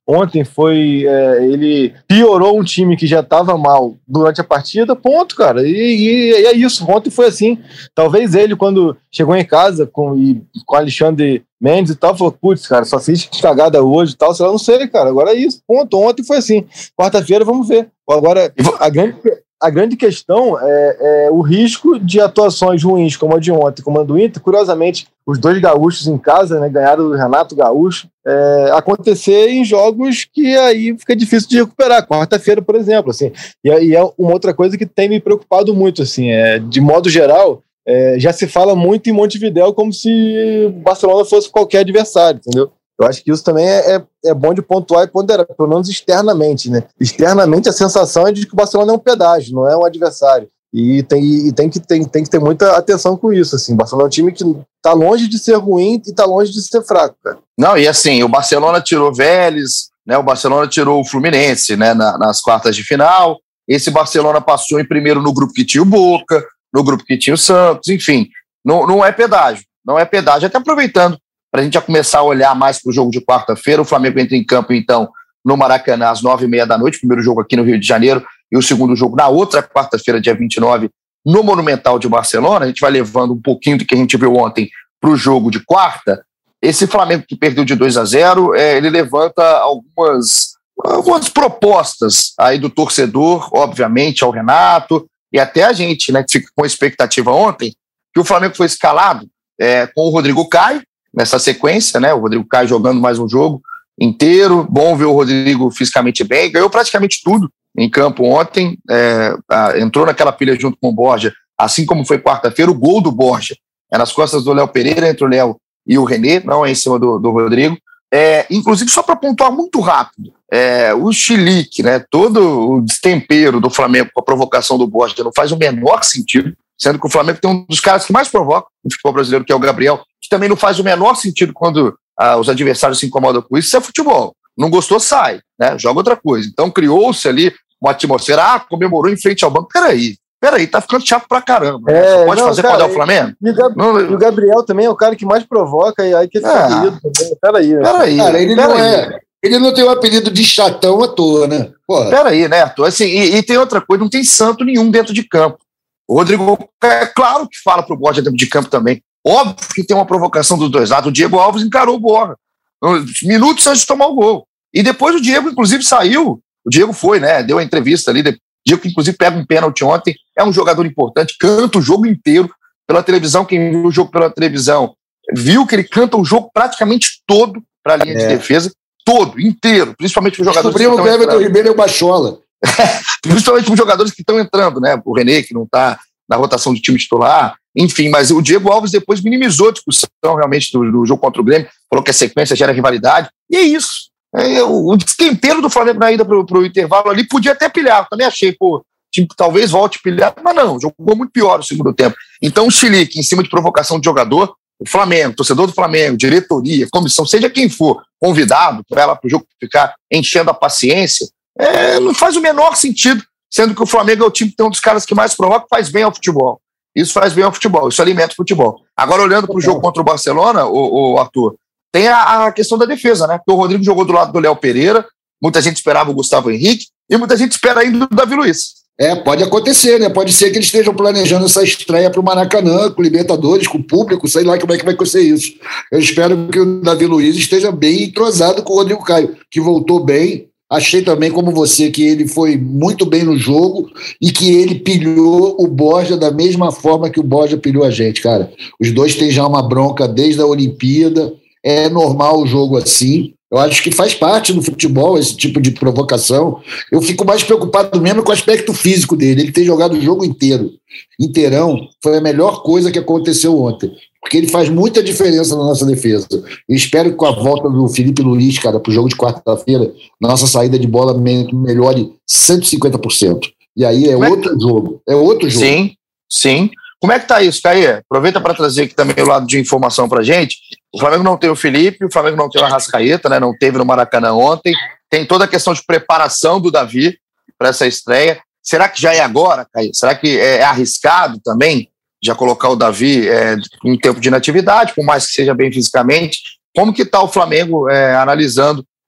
ontem foi, é, ele piorou um time que já estava mal durante a partida, ponto, cara, e, e, e é isso, ontem foi assim. Talvez ele, quando chegou em casa com, e, com Alexandre Mendes e tal, falou, putz, cara, só fiz cagada hoje e tal, sei lá, não sei, cara, agora é isso, ponto, ontem foi assim, quarta-feira vamos ver. Agora, a grande, a grande questão é, é o risco de atuações ruins, como a de ontem, como a do Inter, curiosamente, os dois gaúchos em casa, né, ganharam do Renato Gaúcho, é, acontecer em jogos que aí fica difícil de recuperar, quarta-feira, por exemplo, assim, e, e é uma outra coisa que tem me preocupado muito, assim, é, de modo geral, é, já se fala muito em Montevidéu como se o Barcelona fosse qualquer adversário, entendeu? Eu acho que isso também é, é, é bom de pontuar e ponderar, pelo menos externamente, né? Externamente a sensação é de que o Barcelona é um pedágio, não é um adversário. E tem, e tem, que, tem, tem que ter muita atenção com isso, assim. O Barcelona é um time que tá longe de ser ruim e tá longe de ser fraco, cara. Não, e assim, o Barcelona tirou Vélez, né? O Barcelona tirou o Fluminense, né? Na, nas quartas de final. Esse Barcelona passou em primeiro no grupo que tinha o Boca, no grupo que tinha o Santos, enfim. Não, não é pedágio, não é pedágio. Até aproveitando, para a gente já começar a olhar mais para o jogo de quarta-feira, o Flamengo entra em campo, então, no Maracanã, às nove e meia da noite, primeiro jogo aqui no Rio de Janeiro, e o segundo jogo na outra quarta-feira, dia vinte e nove, no Monumental de Barcelona. A gente vai levando um pouquinho do que a gente viu ontem para o jogo de quarta. Esse Flamengo que perdeu de dois a zero, é, ele levanta algumas, algumas propostas aí do torcedor, obviamente, ao Renato, e até a gente, né, que fica com expectativa ontem, que o Flamengo foi escalado é, com o Rodrigo Caio, nessa sequência, né? O Rodrigo Caio jogando mais um jogo inteiro, bom ver o Rodrigo fisicamente bem, ganhou praticamente tudo em campo ontem, é, a, entrou naquela pilha junto com o Borja, assim como foi quarta-feira, o gol do Borja é nas costas do Léo Pereira, entre o Léo e o René, não é em cima do, do Rodrigo. É, inclusive, só para pontuar muito rápido, é, o chilique, né? Todo o destempero do Flamengo com a provocação do Borja não faz o menor sentido, sendo que o Flamengo tem um dos caras que mais provoca no futebol brasileiro, que é o Gabriel, que também não faz o menor sentido quando ah, os adversários se incomodam com isso. Isso é futebol. Não gostou, sai, né? Joga outra coisa. Então criou-se ali uma atmosfera, ah, comemorou em frente ao banco. Peraí, peraí, tá ficando chato pra caramba. É, Você pode não, fazer cara, quando é o Flamengo? E o, Gab- não, e o Gabriel também é o cara que mais provoca, e aí que ele Ah, tá querido também. Peraí, né? Peraí, Cara, ele peraí. não é. Ele não tem o apelido de chatão à toa, né? Porra. Peraí, né, Arthur? Assim, e, e tem outra coisa, não tem santo nenhum dentro de campo. O Rodrigo, é claro que fala pro Borja dentro de campo também. Óbvio que tem uma provocação dos dois lados. O Diego Alves encarou o Borja minutos antes de tomar o gol. E depois o Diego, inclusive, saiu. O Diego foi, né? Deu a entrevista ali. O Diego, que inclusive, pega um pênalti ontem. É um jogador importante, canta o jogo inteiro pela televisão. Quem viu o jogo pela televisão viu que ele canta o jogo praticamente todo para a linha É. de defesa. Todo, inteiro. Principalmente para os jogadores que Descobrimos que o estão Everton entrando. Ribeiro é o Bachola. Principalmente para os jogadores que estão entrando, né? O René, que não está na rotação de time titular, enfim, mas o Diego Alves depois minimizou a discussão realmente do, do jogo contra o Grêmio, falou que a sequência gera rivalidade, e é isso. É, o, o destempero do Flamengo na ida para o intervalo ali podia até pilhar, também achei, pô, time que talvez volte a pilhar, mas não, jogou muito pior no segundo tempo. Então o chilique, em cima de provocação de jogador, o Flamengo, torcedor do Flamengo, diretoria, comissão, seja quem for convidado para lá para o jogo ficar enchendo a paciência, é, não faz o menor sentido, sendo que o Flamengo é o time que tem um dos caras que mais provoca, faz bem ao futebol. Isso faz bem ao futebol, isso alimenta o futebol. Agora, olhando para o jogo contra o Barcelona, o, o Arthur, tem a, a questão da defesa, né? Porque o Rodrigo jogou do lado do Léo Pereira, muita gente esperava o Gustavo Henrique, e muita gente espera ainda o Davi Luiz. É, pode acontecer, né? Pode ser que eles estejam planejando essa estreia para o Maracanã, com o Libertadores, com o público, sei lá como é que vai ser isso. Eu espero que o Davi Luiz esteja bem entrosado com o Rodrigo Caio, que voltou bem. Achei também, como você, que ele foi muito bem no jogo e que ele pilhou o Borja da mesma forma que o Borja pilhou a gente, cara. Os dois têm já uma bronca desde a Olimpíada, é normal o jogo assim. Eu acho que faz parte do futebol esse tipo de provocação. Eu fico mais preocupado mesmo com o aspecto físico dele. Ele tem jogado o jogo inteiro. Inteirão foi a melhor coisa que aconteceu ontem. Porque ele faz muita diferença na nossa defesa. Eu espero que com a volta do Felipe Luiz, cara, para o jogo de quarta-feira, nossa saída de bola me- melhore cento e cinquenta por cento. E aí é Como é que- outro jogo. É outro jogo. Sim, sim. Como é que tá isso, Caê? Aproveita para trazer aqui também o lado de informação pra gente. O Flamengo não tem o Felipe, o Flamengo não tem o Arrascaeta, né? Não teve no Maracanã ontem. Tem toda a questão de preparação do Davi para essa estreia. Será que já é agora, Caê? Será que é arriscado também já colocar o Davi é, em tempo de inatividade, por mais que seja bem fisicamente? Como que tá o Flamengo é, analisando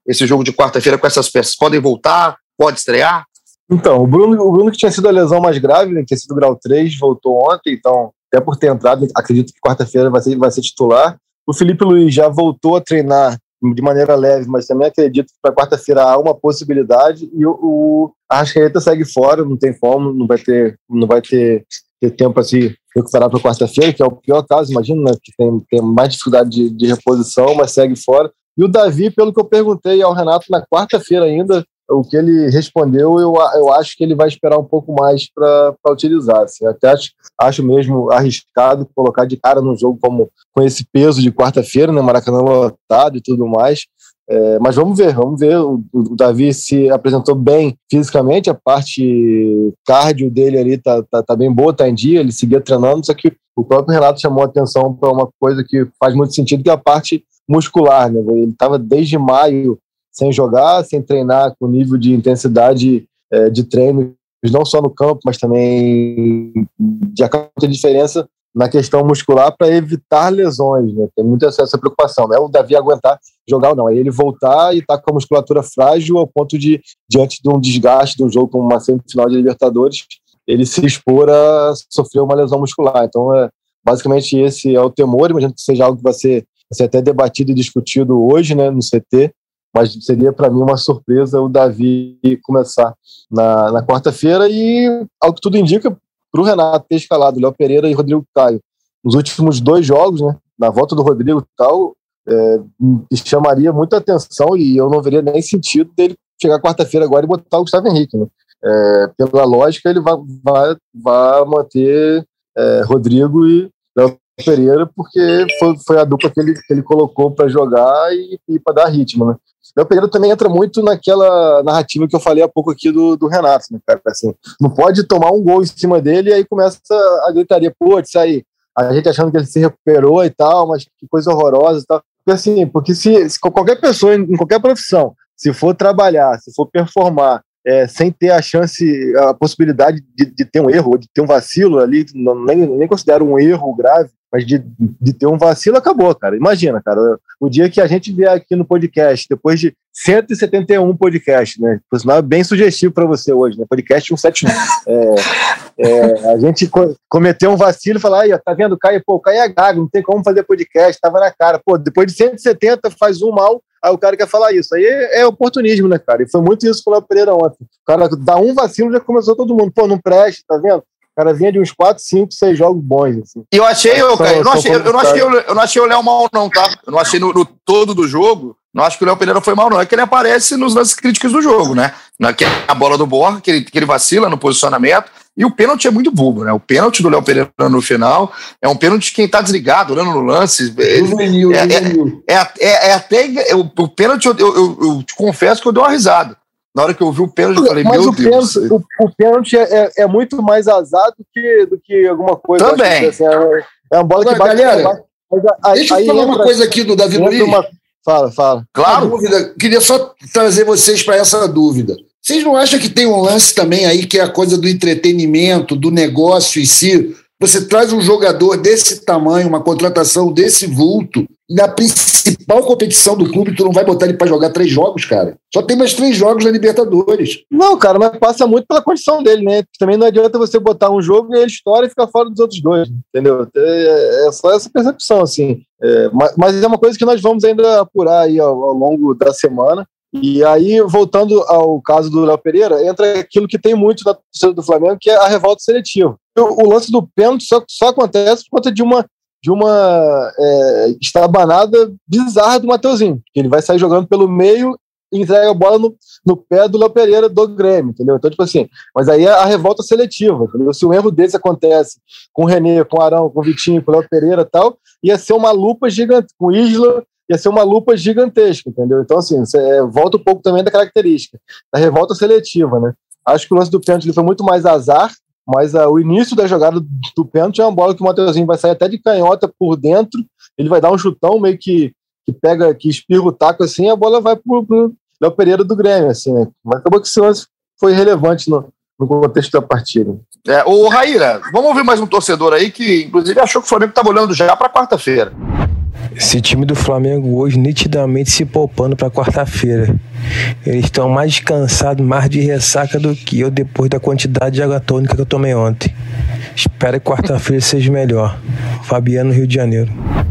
esse jogo de quarta-feira com essas peças? Podem voltar? Pode estrear? Então, o Bruno, o Bruno que tinha sido a lesão mais grave, né, que tinha sido grau três, voltou ontem, então, até por ter entrado, acredito que quarta-feira vai ser, vai ser titular. O Felipe Luiz já voltou a treinar de maneira leve, mas também acredito que para quarta-feira há uma possibilidade, e o, o Arrascaeta segue fora, não tem como, não vai ter, não vai ter, ter tempo para se recuperar para quarta-feira, que é o pior caso, imagino, né, que tem, tem mais dificuldade de, de reposição, mas segue fora. E o Davi, pelo que eu perguntei ao Renato na quarta-feira ainda, o que ele respondeu, eu, eu acho que ele vai esperar um pouco mais para utilizar. Assim. Até acho, acho mesmo arriscado colocar de cara no jogo como, com esse peso de quarta-feira, né, Maracanã lotado e tudo mais. É, mas vamos ver, vamos ver. O, o Davi se apresentou bem fisicamente, a parte cardio dele ali tá, tá, tá bem boa, tá em dia, ele seguia treinando, só que o próprio Renato chamou a atenção para uma coisa que faz muito sentido, que é a parte muscular. Né? Ele estava desde maio sem jogar, sem treinar com nível de intensidade é, de treino, não só no campo, mas também de acabar a diferença na questão muscular para evitar lesões, né? Tem muita essa preocupação, não é o Davi aguentar jogar ou não, é ele voltar e estar tá com a musculatura frágil ao ponto de, diante de um desgaste de um jogo como uma semifinal de Libertadores, ele se expor a sofrer uma lesão muscular. Então, é, basicamente, esse é o temor. Imagino que seja algo que vai ser, vai ser até debatido e discutido hoje, né, no C T, mas seria para mim uma surpresa o Davi começar na, na quarta-feira, e ao que tudo indica, para o Renato ter escalado Léo Pereira e Rodrigo Caio nos últimos dois jogos, né, na volta do Rodrigo e tal, é, chamaria muita atenção, e eu não veria nem sentido dele chegar quarta-feira agora e botar o Gustavo Henrique. Né? É, pela lógica, ele vai, vai, vai manter é, Rodrigo e Léo Pereira, porque foi, foi a dupla que ele, que ele colocou para jogar e, e para dar ritmo, né? Léo Pereira também entra muito naquela narrativa que eu falei há pouco aqui do, do Renato, né, cara? Assim, não pode tomar um gol em cima dele e aí começa a gritaria, pô, isso aí, a gente achando que ele se recuperou e tal, mas que coisa horrorosa e tal. Porque assim, porque se, se qualquer pessoa, em qualquer profissão, se for trabalhar, se for performar, É, sem ter a chance, a possibilidade de, de ter um erro, de ter um vacilo ali, não, nem, nem considero um erro grave, mas de, de ter um vacilo, acabou, cara. Imagina, cara, o dia que a gente vier aqui no podcast, depois de cento e setenta e um podcasts, né, por sinal é bem sugestivo para você hoje, né, podcast cento e setenta e um, é, é, a gente co cometeu um vacilo e falar, aí, ó, tá vendo, Caio, pô, o Caio é gago, não tem como fazer podcast, tava na cara, pô, depois de cento e setenta faz um mal, aí o cara quer falar isso. Aí é oportunismo, né, cara? E foi muito isso com o Léo Pereira ontem. O cara dá um vacilo, já começou todo mundo. Pô, não presta, tá vendo? O cara vinha de uns quatro, cinco, seis jogos bons, assim. E eu achei, eu, cara, eu, não achei, eu, não achei, eu não achei o Léo mal, não, tá? Eu não achei no, no todo do jogo, não acho que o Léo Pereira foi mal, não. É que ele aparece nos lances críticos do jogo, né? Na, que é a bola do Borja, que ele, que ele vacila no posicionamento. E o pênalti é muito bobo, né? O pênalti do Léo Pereira no final é um pênalti de quem tá desligado, olhando no lance. Juvenil, é, juvenil. É, é, é, é até. É, o, o pênalti, eu, eu, eu, eu te confesso que eu dei uma risada. Na hora que eu vi o pênalti, eu falei, mas meu o Deus. Pênalti, o, o pênalti é, é muito mais azar do que, do que alguma coisa. Também. Assim, é, é uma bola que bate. Galera, aí, deixa eu falar uma coisa aqui do Davi Luiz. Uma... Fala, fala. Claro. Dúvida, queria só trazer vocês para essa dúvida. Vocês não acham que tem um lance também aí que é a coisa do entretenimento, do negócio em si? Você traz um jogador desse tamanho, uma contratação desse vulto, e na principal competição do clube, tu não vai botar ele para jogar três jogos, cara? Só tem mais três jogos na Libertadores. Não, cara, mas passa muito pela condição dele, né? Também não adianta você botar um jogo e ele estoura e fica fora dos outros dois, entendeu? É, é só essa percepção, assim. É, mas, mas é uma coisa que nós vamos ainda apurar aí ao, ao longo da semana. E aí, voltando ao caso do Léo Pereira, entra aquilo que tem muito na torcida do Flamengo, que é a revolta seletiva. O, o lance do pênalti só, só acontece por conta de uma, de uma é, estabanada bizarra do Mateuzinho, que ele vai sair jogando pelo meio e entrega a bola no, no pé do Léo Pereira do Grêmio, entendeu? Então, tipo assim, mas aí é a revolta seletiva, entendeu? Se um erro desse acontece com o René, com o Arão, com o Vitinho, com o Léo Pereira e tal, ia ser uma lupa gigante, com o Isla, ia ser uma lupa gigantesca, entendeu? Então, assim, você, é, volta um pouco também da característica, da revolta seletiva, né? Acho que o lance do pênalti foi muito mais azar, mas uh, o início da jogada do, do pênalti é uma bola que o Mateuzinho vai sair até de canhota por dentro, ele vai dar um chutão meio que, que pega, que espirra o taco assim, e a bola vai pro, pro Léo Pereira do Grêmio, assim, né? Mas acabou que esse lance foi relevante no, no contexto da partida. É, ô, Raíra, vamos ouvir mais um torcedor aí que, inclusive, achou que o Flamengo estava olhando já para quarta-feira. Esse time do Flamengo hoje nitidamente se poupando para quarta-feira. Eles estão mais cansados, mais de ressaca do que eu depois da quantidade de água tônica que eu tomei ontem. Espero que quarta-feira seja melhor. Fabiano, Rio de Janeiro.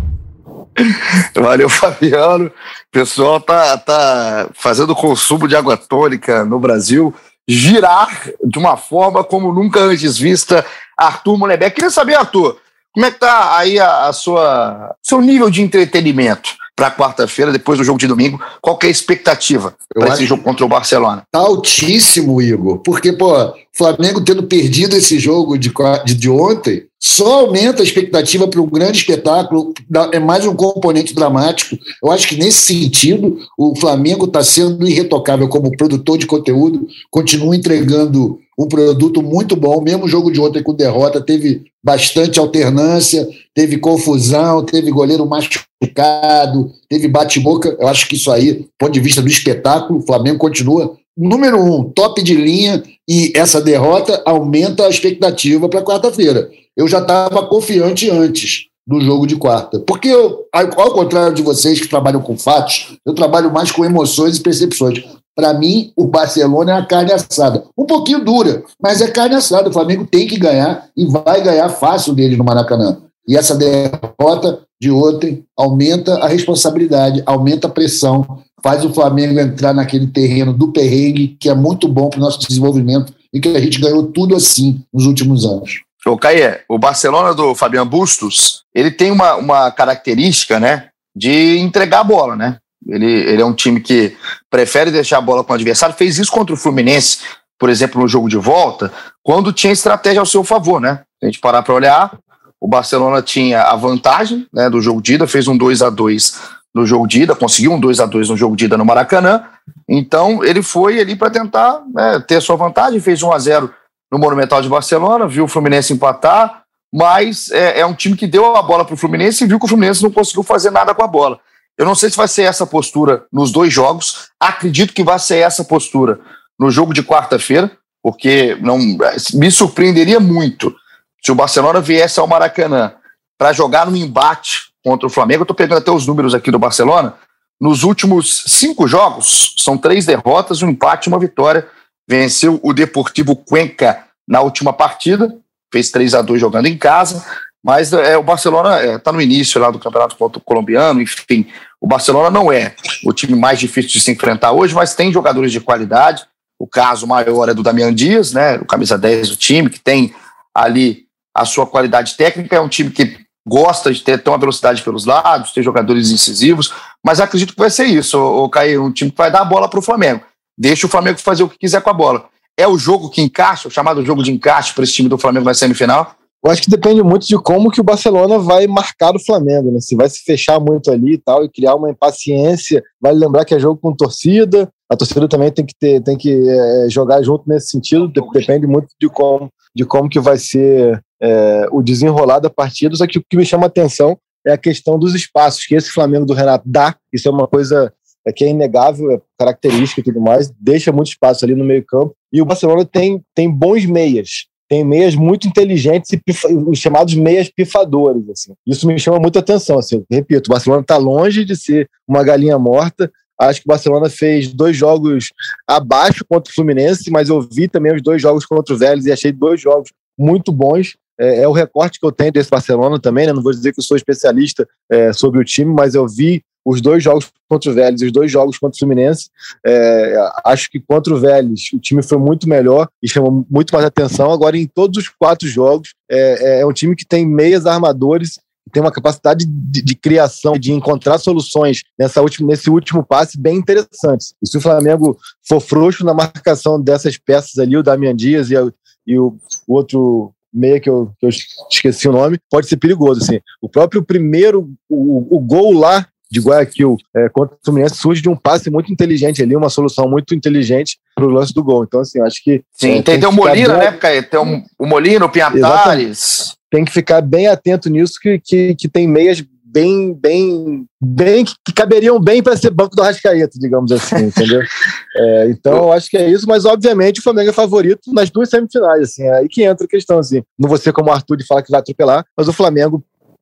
Valeu, Fabiano. O pessoal tá, tá fazendo o consumo de água tônica no Brasil girar de uma forma como nunca antes vista. Arthur Mullenberg. Queria saber, Arthur, como é que tá aí a, a sua seu nível de entretenimento para quarta-feira, depois do jogo de domingo? Qual que é a expectativa para esse jogo contra o Barcelona? Tá altíssimo, Igor, porque, pô, o Flamengo tendo perdido esse jogo de, de, de ontem, só aumenta a expectativa para um grande espetáculo, é mais um componente dramático. Eu acho que, nesse sentido, o Flamengo está sendo irretocável como produtor de conteúdo, continua entregando um produto muito bom. Mesmo o jogo de ontem com derrota, teve bastante alternância, teve confusão, teve goleiro machucado, teve bate-boca. Eu acho que isso aí, do ponto de vista do espetáculo, o Flamengo continua número um, top de linha, e essa derrota aumenta a expectativa para quarta-feira. Eu já estava confiante antes do jogo de quarta, porque eu, ao contrário de vocês que trabalham com fatos, eu trabalho mais com emoções e percepções. Para mim, o Barcelona é a carne assada. Um pouquinho dura, mas é carne assada. O Flamengo tem que ganhar e vai ganhar fácil dele no Maracanã. E essa derrota de ontem aumenta a responsabilidade, aumenta a pressão, faz o Flamengo entrar naquele terreno do perrengue, que é muito bom para o nosso desenvolvimento e que a gente ganhou tudo assim nos últimos anos. Ô, Caê, o Barcelona do Fabiano Bustos, ele tem uma, uma característica, né, de entregar a bola, né? Ele, ele é um time que prefere deixar a bola com o adversário, fez isso contra o Fluminense, por exemplo, no jogo de volta, quando tinha estratégia ao seu favor, né? Se a gente parar para olhar, o Barcelona tinha a vantagem, né, do jogo de ida, fez um dois a dois no jogo de ida, conseguiu um dois a dois no jogo de ida no Maracanã, então ele foi ali para tentar, né, ter a sua vantagem, fez um a zero no Monumental de Barcelona, viu o Fluminense empatar, mas é, é um time que deu a bola para o Fluminense e viu que o Fluminense não conseguiu fazer nada com a bola. Eu não sei se vai ser essa postura nos dois jogos, acredito que vai ser essa postura no jogo de quarta-feira, porque não, me surpreenderia muito se o Barcelona viesse ao Maracanã para jogar no embate contra o Flamengo. Eu estou pegando até os números aqui do Barcelona. Nos últimos cinco jogos, são três derrotas, um empate e uma vitória. Venceu o Deportivo Cuenca na última partida, fez três a dois jogando em casa, mas é, o Barcelona está é, no início lá do Campeonato Colombiano, enfim. O Barcelona não é o time mais difícil de se enfrentar hoje, mas tem jogadores de qualidade. O caso maior é do Damian Dias, né, o camisa dez do time, que tem ali a sua qualidade técnica. É um time que gosta de ter, ter uma velocidade pelos lados, ter jogadores incisivos, mas acredito que vai ser isso, o Caio, um time que vai dar a bola para o Flamengo. Deixa o Flamengo fazer o que quiser com a bola. É o jogo que encaixa, o chamado jogo de encaixe para esse time do Flamengo na semifinal? Eu acho que depende muito de como que o Barcelona vai marcar o Flamengo, né? Se vai se fechar muito ali e tal, e criar uma impaciência. Vale lembrar que é jogo com torcida, a torcida também tem que, ter, tem que é, jogar junto nesse sentido, depende muito de como, de como que vai ser é, o desenrolar da partida. Só que o que me chama a atenção é a questão dos espaços que esse Flamengo do Renato dá. Isso é uma coisa é, que é inegável, é característica e tudo mais, deixa muito espaço ali no meio campo. E o Barcelona tem, tem bons meias. Tem meias muito inteligentes e pifa, os chamados meias pifadores. Assim. Isso me chama muita atenção. Assim. Repito, o Barcelona está longe de ser uma galinha morta. Acho que o Barcelona fez dois jogos abaixo contra o Fluminense, mas eu vi também os dois jogos contra o Vélez e achei dois jogos muito bons. É, é o recorte que eu tenho desse Barcelona também, né? Não vou dizer que eu sou especialista é, sobre o time, mas eu vi os dois jogos contra o Vélez e os dois jogos contra o Fluminense. É, acho que contra o Vélez o time foi muito melhor e chamou muito mais atenção. Agora, em todos os quatro jogos, é, é um time que tem meias armadores, tem uma capacidade de, de criação, de encontrar soluções nessa última, nesse último passe bem interessantes. E se o Flamengo for frouxo na marcação dessas peças ali, o Damian Dias e, a, e o, o outro meia que eu, que eu esqueci o nome, pode ser perigoso. Assim. O próprio primeiro, o, o gol lá de Guayaquil é, contra o Fluminense surge de um passe muito inteligente ali, uma solução muito inteligente para o lance do gol. Então, assim, acho que... Sim, é, tem, tem o Molina, bem... né, Caio? Tem um, o Molina, o Piatares. Tem que ficar bem atento nisso, que, que, que tem meias bem, bem, bem que caberiam bem para ser banco do Arrascaeta, digamos assim, entendeu? É, então, eu acho que é isso, mas obviamente o Flamengo é favorito nas duas semifinais, assim, é aí que entra a questão, assim. Não vou ser como o Arthur de falar que vai atropelar, mas o Flamengo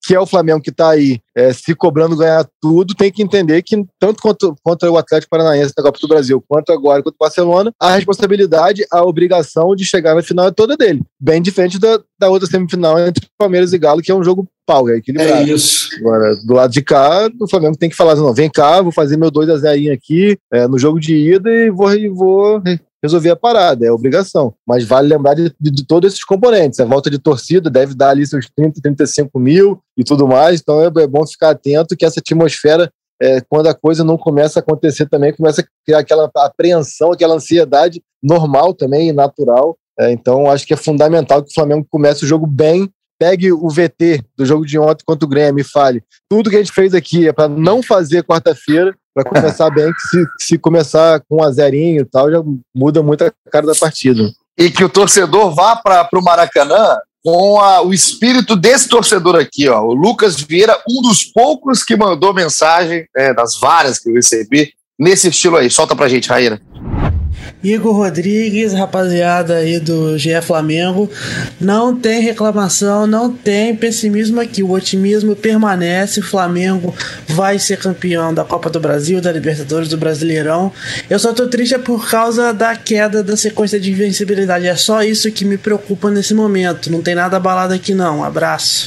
que é o Flamengo que está aí é, se cobrando ganhar tudo, tem que entender que tanto contra, contra o Atlético Paranaense da Copa do Brasil, quanto agora contra o Barcelona, a responsabilidade, a obrigação de chegar na final é toda dele. Bem diferente da, da outra semifinal entre Palmeiras e Galo, que é um jogo pau, é equilibrado. É isso. Agora, do lado de cá, o Flamengo tem que falar, não, vem cá, vou fazer meu dois a zero aqui é, no jogo de ida e vou, e vou resolver a parada, é obrigação. Mas vale lembrar de, de, de todos esses componentes. A volta de torcida deve dar ali seus trinta, trinta e cinco mil e tudo mais, então é, é bom ficar atento que essa atmosfera, é, quando a coisa não começa a acontecer também, começa a criar aquela apreensão, aquela ansiedade normal também e natural. É, então acho que é fundamental que o Flamengo comece o jogo bem, pegue o V T do jogo de ontem contra o Grêmio e fale, tudo que a gente fez aqui é para não fazer quarta-feira, para começar bem, que se, se começar com um a zerinho e tal, já muda muito a cara da partida. E que o torcedor vá para o Maracanã com a, o espírito desse torcedor aqui, ó, o Lucas Vieira, um dos poucos que mandou mensagem, é, das várias que eu recebi, nesse estilo aí. Solta pra gente, Raíra. Igor Rodrigues, rapaziada aí do G E Flamengo, não tem reclamação, não tem pessimismo aqui, o otimismo permanece, o Flamengo vai ser campeão da Copa do Brasil, da Libertadores, do Brasileirão. Eu só tô triste por causa da queda da sequência de invencibilidade, é só isso que me preocupa nesse momento, não tem nada abalado aqui não, um abraço.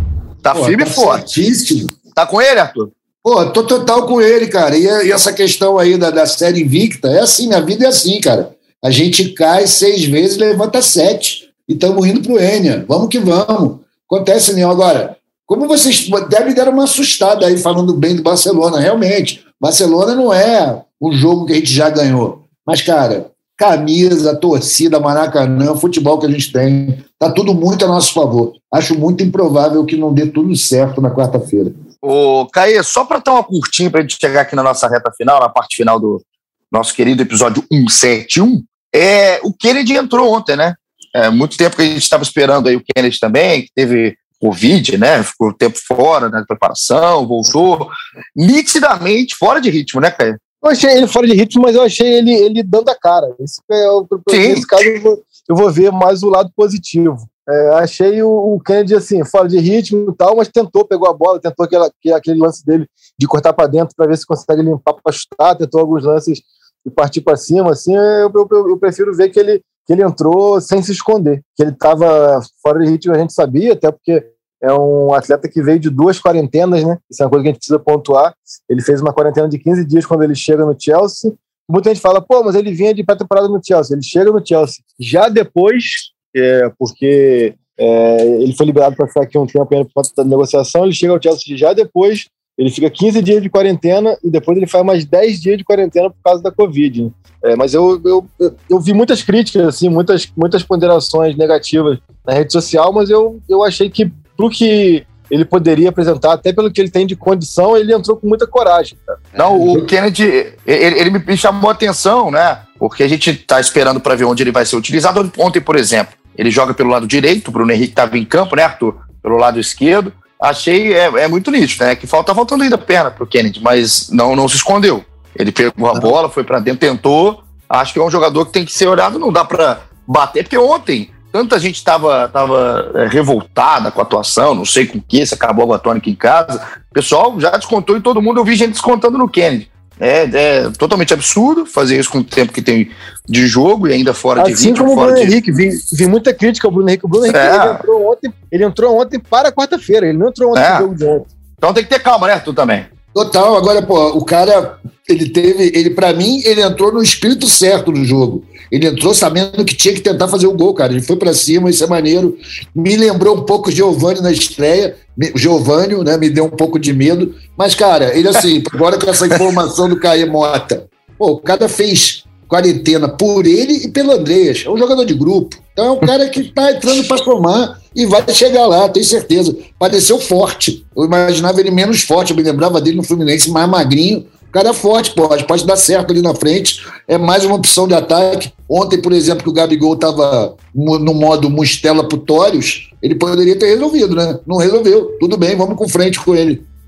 Tá Pô, firme e forte. Tá com ele, Arthur? Pô, tô total com ele, cara. E, e essa questão aí da, da série invicta, é assim, minha vida é assim, cara. A gente cai seis vezes e levanta sete. E estamos indo pro Enia. Vamos que vamos. Acontece, Nil. Agora, como vocês devem dar uma assustada aí falando bem do Barcelona, realmente. Barcelona não é um jogo que a gente já ganhou. Mas, cara, camisa, torcida, Maracanã, futebol que a gente tem, tá tudo muito a nosso favor. Acho muito improvável que não dê tudo certo na quarta-feira. Ô, Caê, só para dar uma curtinha para a gente chegar aqui na nossa reta final, na parte final do nosso querido episódio cento e setenta e um, é, o Kennedy entrou ontem, né? É, muito tempo que a gente estava esperando aí o Kennedy também, que teve Covid, né? Ficou um tempo fora, né, de preparação, voltou nitidamente fora de ritmo, né, Caê? Eu achei ele fora de ritmo, mas eu achei ele, ele dando a cara. Esse, é, o, nesse caso, eu vou, eu vou ver mais o lado positivo. É, achei o, o Kennedy assim, fora de ritmo e tal, mas tentou, pegou a bola, tentou aquela, aquele lance dele de cortar para dentro para ver se consegue limpar para chutar, tentou alguns lances de partir para cima. Assim, eu, eu, eu prefiro ver que ele, que ele entrou sem se esconder, que ele estava fora de ritmo, a gente sabia, até porque é um atleta que veio de duas quarentenas, né? Isso é uma coisa que a gente precisa pontuar. Ele fez uma quarentena de quinze dias quando ele chega no Chelsea. Muita gente fala, pô, mas ele vinha de pré-temporada no Chelsea. Ele chega no Chelsea já depois. É, porque é, ele foi liberado para ficar aqui um tempo ainda por conta da negociação, ele chega ao Chelsea já depois, ele fica quinze dias de quarentena e depois ele faz mais dez dias de quarentena por causa da Covid. Né? É, mas eu, eu, eu, eu vi muitas críticas, assim, muitas, muitas ponderações negativas na rede social, mas eu, eu achei que pro que ele poderia apresentar, até pelo que ele tem de condição, ele entrou com muita coragem. Cara. Não, o Kennedy, ele, ele me chamou a atenção, né? Porque a gente tá esperando para ver onde ele vai ser utilizado. Ontem, por exemplo, ele joga pelo lado direito, o Bruno Henrique estava em campo, né, Arthur? Pelo lado esquerdo. Achei, é, é muito nítido, né? Que falta faltando ainda perna pro Kennedy, mas não, não se escondeu. Ele pegou a bola, foi para dentro, tentou. Acho que é um jogador que tem que ser olhado, não dá para bater, porque ontem tanta gente estava tava, é, revoltada com a atuação, não sei com o que, se acabou a água tônica em casa. O pessoal já descontou em todo mundo, eu vi gente descontando no Kennedy. É, é totalmente absurdo fazer isso com o tempo que tem de jogo e ainda fora assim de ritmo. Assim como o Bruno de... Henrique, vi, vi muita crítica ao Bruno Henrique. O Bruno Henrique é. ele entrou ontem, ele entrou ontem para quarta-feira, ele não entrou ontem é. no jogo de ontem. Então tem que ter calma, né, tu também? Total, agora, pô, o cara, ele teve, ele pra mim, ele entrou no espírito certo do jogo. Ele entrou sabendo que tinha que tentar fazer o gol, cara. Ele foi pra cima, isso é maneiro. Me lembrou um pouco o Giovani na estreia. Giovani, né, me deu um pouco de medo. Mas, cara, ele assim, agora com essa informação do Caê Mota, pô, o cara fez quarentena por ele e pelo Andreas. É um jogador de grupo. Então é um cara que tá entrando pra somar e vai chegar lá, tenho certeza. Pareceu forte. Eu imaginava ele menos forte, eu me lembrava dele no Fluminense, mais magrinho. O cara é forte, pode, pode dar certo ali na frente. É mais uma opção de ataque. Ontem, por exemplo, que o Gabigol estava no modo Mustela pro Tórios, ele poderia ter resolvido, né? Não resolveu. Tudo bem, vamos com frente com ele.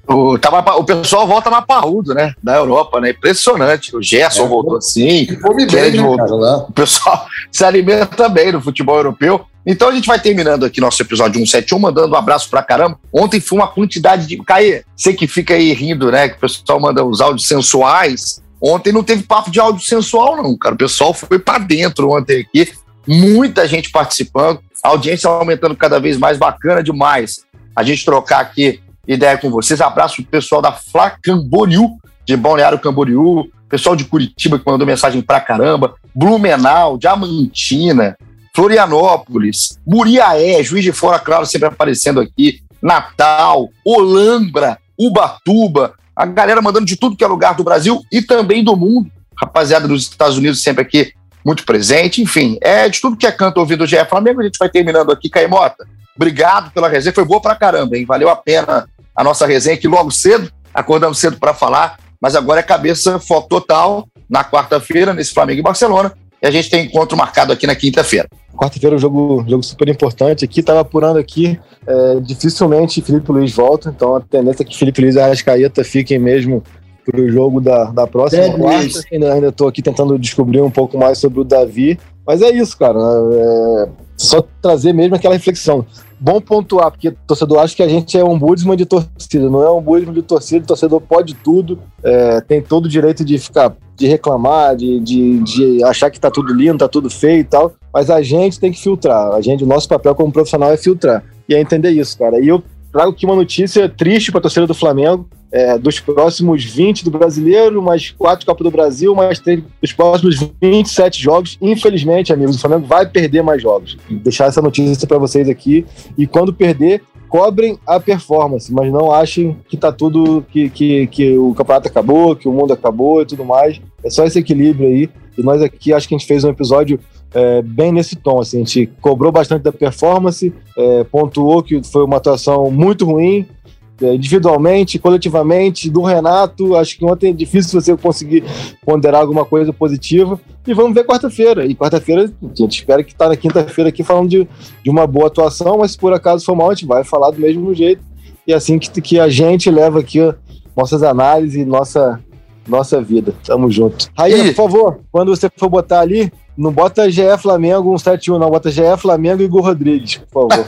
O, tava, o pessoal volta mais parrudo, né? Da Europa, né? Impressionante. O Gerson é, voltou assim. Bem, né, voltou. O pessoal se alimenta bem no futebol europeu. Então a gente vai terminando aqui nosso episódio cento e setenta e um, mandando um abraço pra caramba. Ontem foi uma quantidade de... Caê, você que fica aí rindo, né? Que o pessoal manda os áudios sensuais. Ontem não teve papo de áudio sensual, não, cara. O pessoal foi pra dentro ontem aqui. Muita gente participando. A audiência aumentando cada vez mais. Bacana demais a gente trocar aqui ideia com vocês. Abraço pro pessoal da Fla Camboriú, de Balneário Camboriú. Pessoal de Curitiba que mandou mensagem pra caramba. Blumenau, Diamantina, Florianópolis, Muriaé, Juiz de Fora, claro, sempre aparecendo aqui, Natal, Olambra, Ubatuba, a galera mandando de tudo que é lugar do Brasil e também do mundo, rapaziada dos Estados Unidos sempre aqui muito presente, enfim, é de tudo que é canto ouvido do G E Flamengo. A gente vai terminando aqui, Caimota, obrigado pela resenha, foi boa pra caramba, hein? Valeu a pena a nossa resenha aqui logo cedo, acordamos cedo pra falar, mas agora é cabeça, foco total, na quarta-feira, nesse Flamengo e Barcelona, e a gente tem encontro marcado aqui na quinta-feira. Quarta-feira é um jogo, jogo super importante aqui, tava apurando aqui, é, dificilmente Felipe Luiz volta, então a tendência é que Felipe Luiz e Arrascaeta fiquem mesmo pro jogo da, da próxima é, quarta. Ainda, ainda tô aqui tentando descobrir um pouco mais sobre o Davi, mas é isso, cara, é só trazer mesmo aquela reflexão. Bom pontuar, porque o torcedor acha que a gente é um ombudsman de torcida, não é um ombudsman de torcida, o torcedor pode tudo, é, tem todo o direito de ficar, de reclamar, de, de, de achar que tá tudo lindo, tá tudo feio e tal, mas a gente tem que filtrar, a gente, o nosso papel como profissional é filtrar, e é entender isso, cara. E eu trago aqui uma notícia triste pra torcida do Flamengo, é, dos próximos vinte do Brasileiro, mais quatro Copa do Brasil, mais três dos próximos vinte e sete jogos. Infelizmente, amigos, o Flamengo vai perder mais jogos. Vou deixar essa notícia para vocês aqui. E quando perder, cobrem a performance, mas não achem que tá tudo, que, que, que o campeonato acabou, que o mundo acabou e tudo mais. É só esse equilíbrio aí. E nós aqui, acho que a gente fez um episódio é, bem nesse tom. Assim, a gente cobrou bastante da performance, é, pontuou que foi uma atuação muito ruim, individualmente, coletivamente, do Renato. Acho que ontem é difícil você conseguir ponderar alguma coisa positiva, e vamos ver quarta-feira, e quarta-feira a gente espera que tá na quinta-feira aqui falando de, de uma boa atuação, mas se por acaso for mal, a gente vai falar do mesmo jeito, e é assim que, que a gente leva aqui ó, nossas análises e nossa, nossa vida. Tamo junto. Raíra, por favor, quando você for botar ali, não bota G E Flamengo cento e setenta e um, não, bota G E Flamengo e Igor Rodrigues, por favor.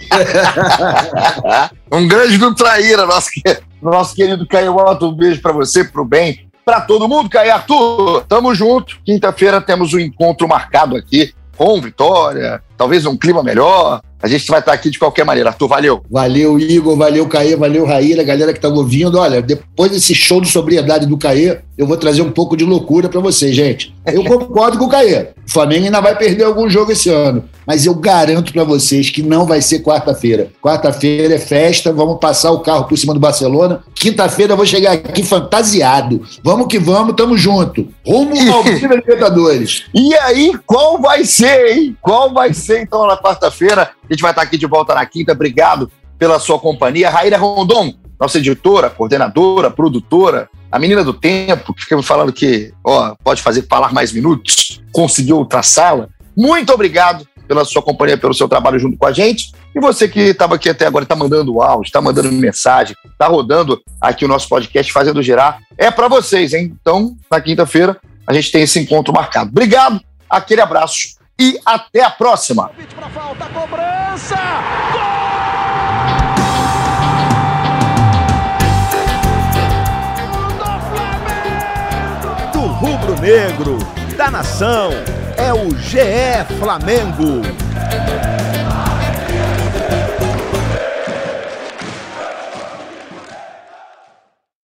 Um grande do Traíra, nosso, nosso querido Caio Alto. Um beijo pra você, pro bem, pra todo mundo. Caio Arthur, tamo junto. Quinta-feira temos um encontro marcado aqui com vitória, talvez um clima melhor. A gente vai estar aqui de qualquer maneira. Arthur, valeu. Valeu, Igor, valeu, Caê, valeu, Raíra, galera que tá ouvindo. Olha, depois desse show de sobriedade do Caê, eu vou trazer um pouco de loucura pra vocês, gente. Eu concordo com o Caê. O Flamengo ainda vai perder algum jogo esse ano, mas eu garanto pra vocês que não vai ser quarta-feira. Quarta-feira é festa, vamos passar o carro por cima do Barcelona. Quinta-feira eu vou chegar aqui fantasiado. Vamos que vamos, tamo junto. Rumo ao Libertadores. E aí, qual vai ser, hein? Qual vai ser, então, na quarta-feira? A gente vai estar aqui de volta na quinta. Obrigado pela sua companhia. Raíra Rondon, nossa editora, coordenadora, produtora, a menina do tempo, que fica me falando que ó, pode fazer falar mais minutos, conseguiu ultrapassá-la. Muito obrigado pela sua companhia, pelo seu trabalho junto com a gente. E você que estava aqui até agora, está mandando áudio, está mandando mensagem, está rodando aqui o nosso podcast, fazendo girar, é para vocês, hein? Então, na quinta-feira, a gente tem esse encontro marcado. Obrigado, aquele abraço e até a próxima. Do rubro-negro, da nação, é o G E Flamengo.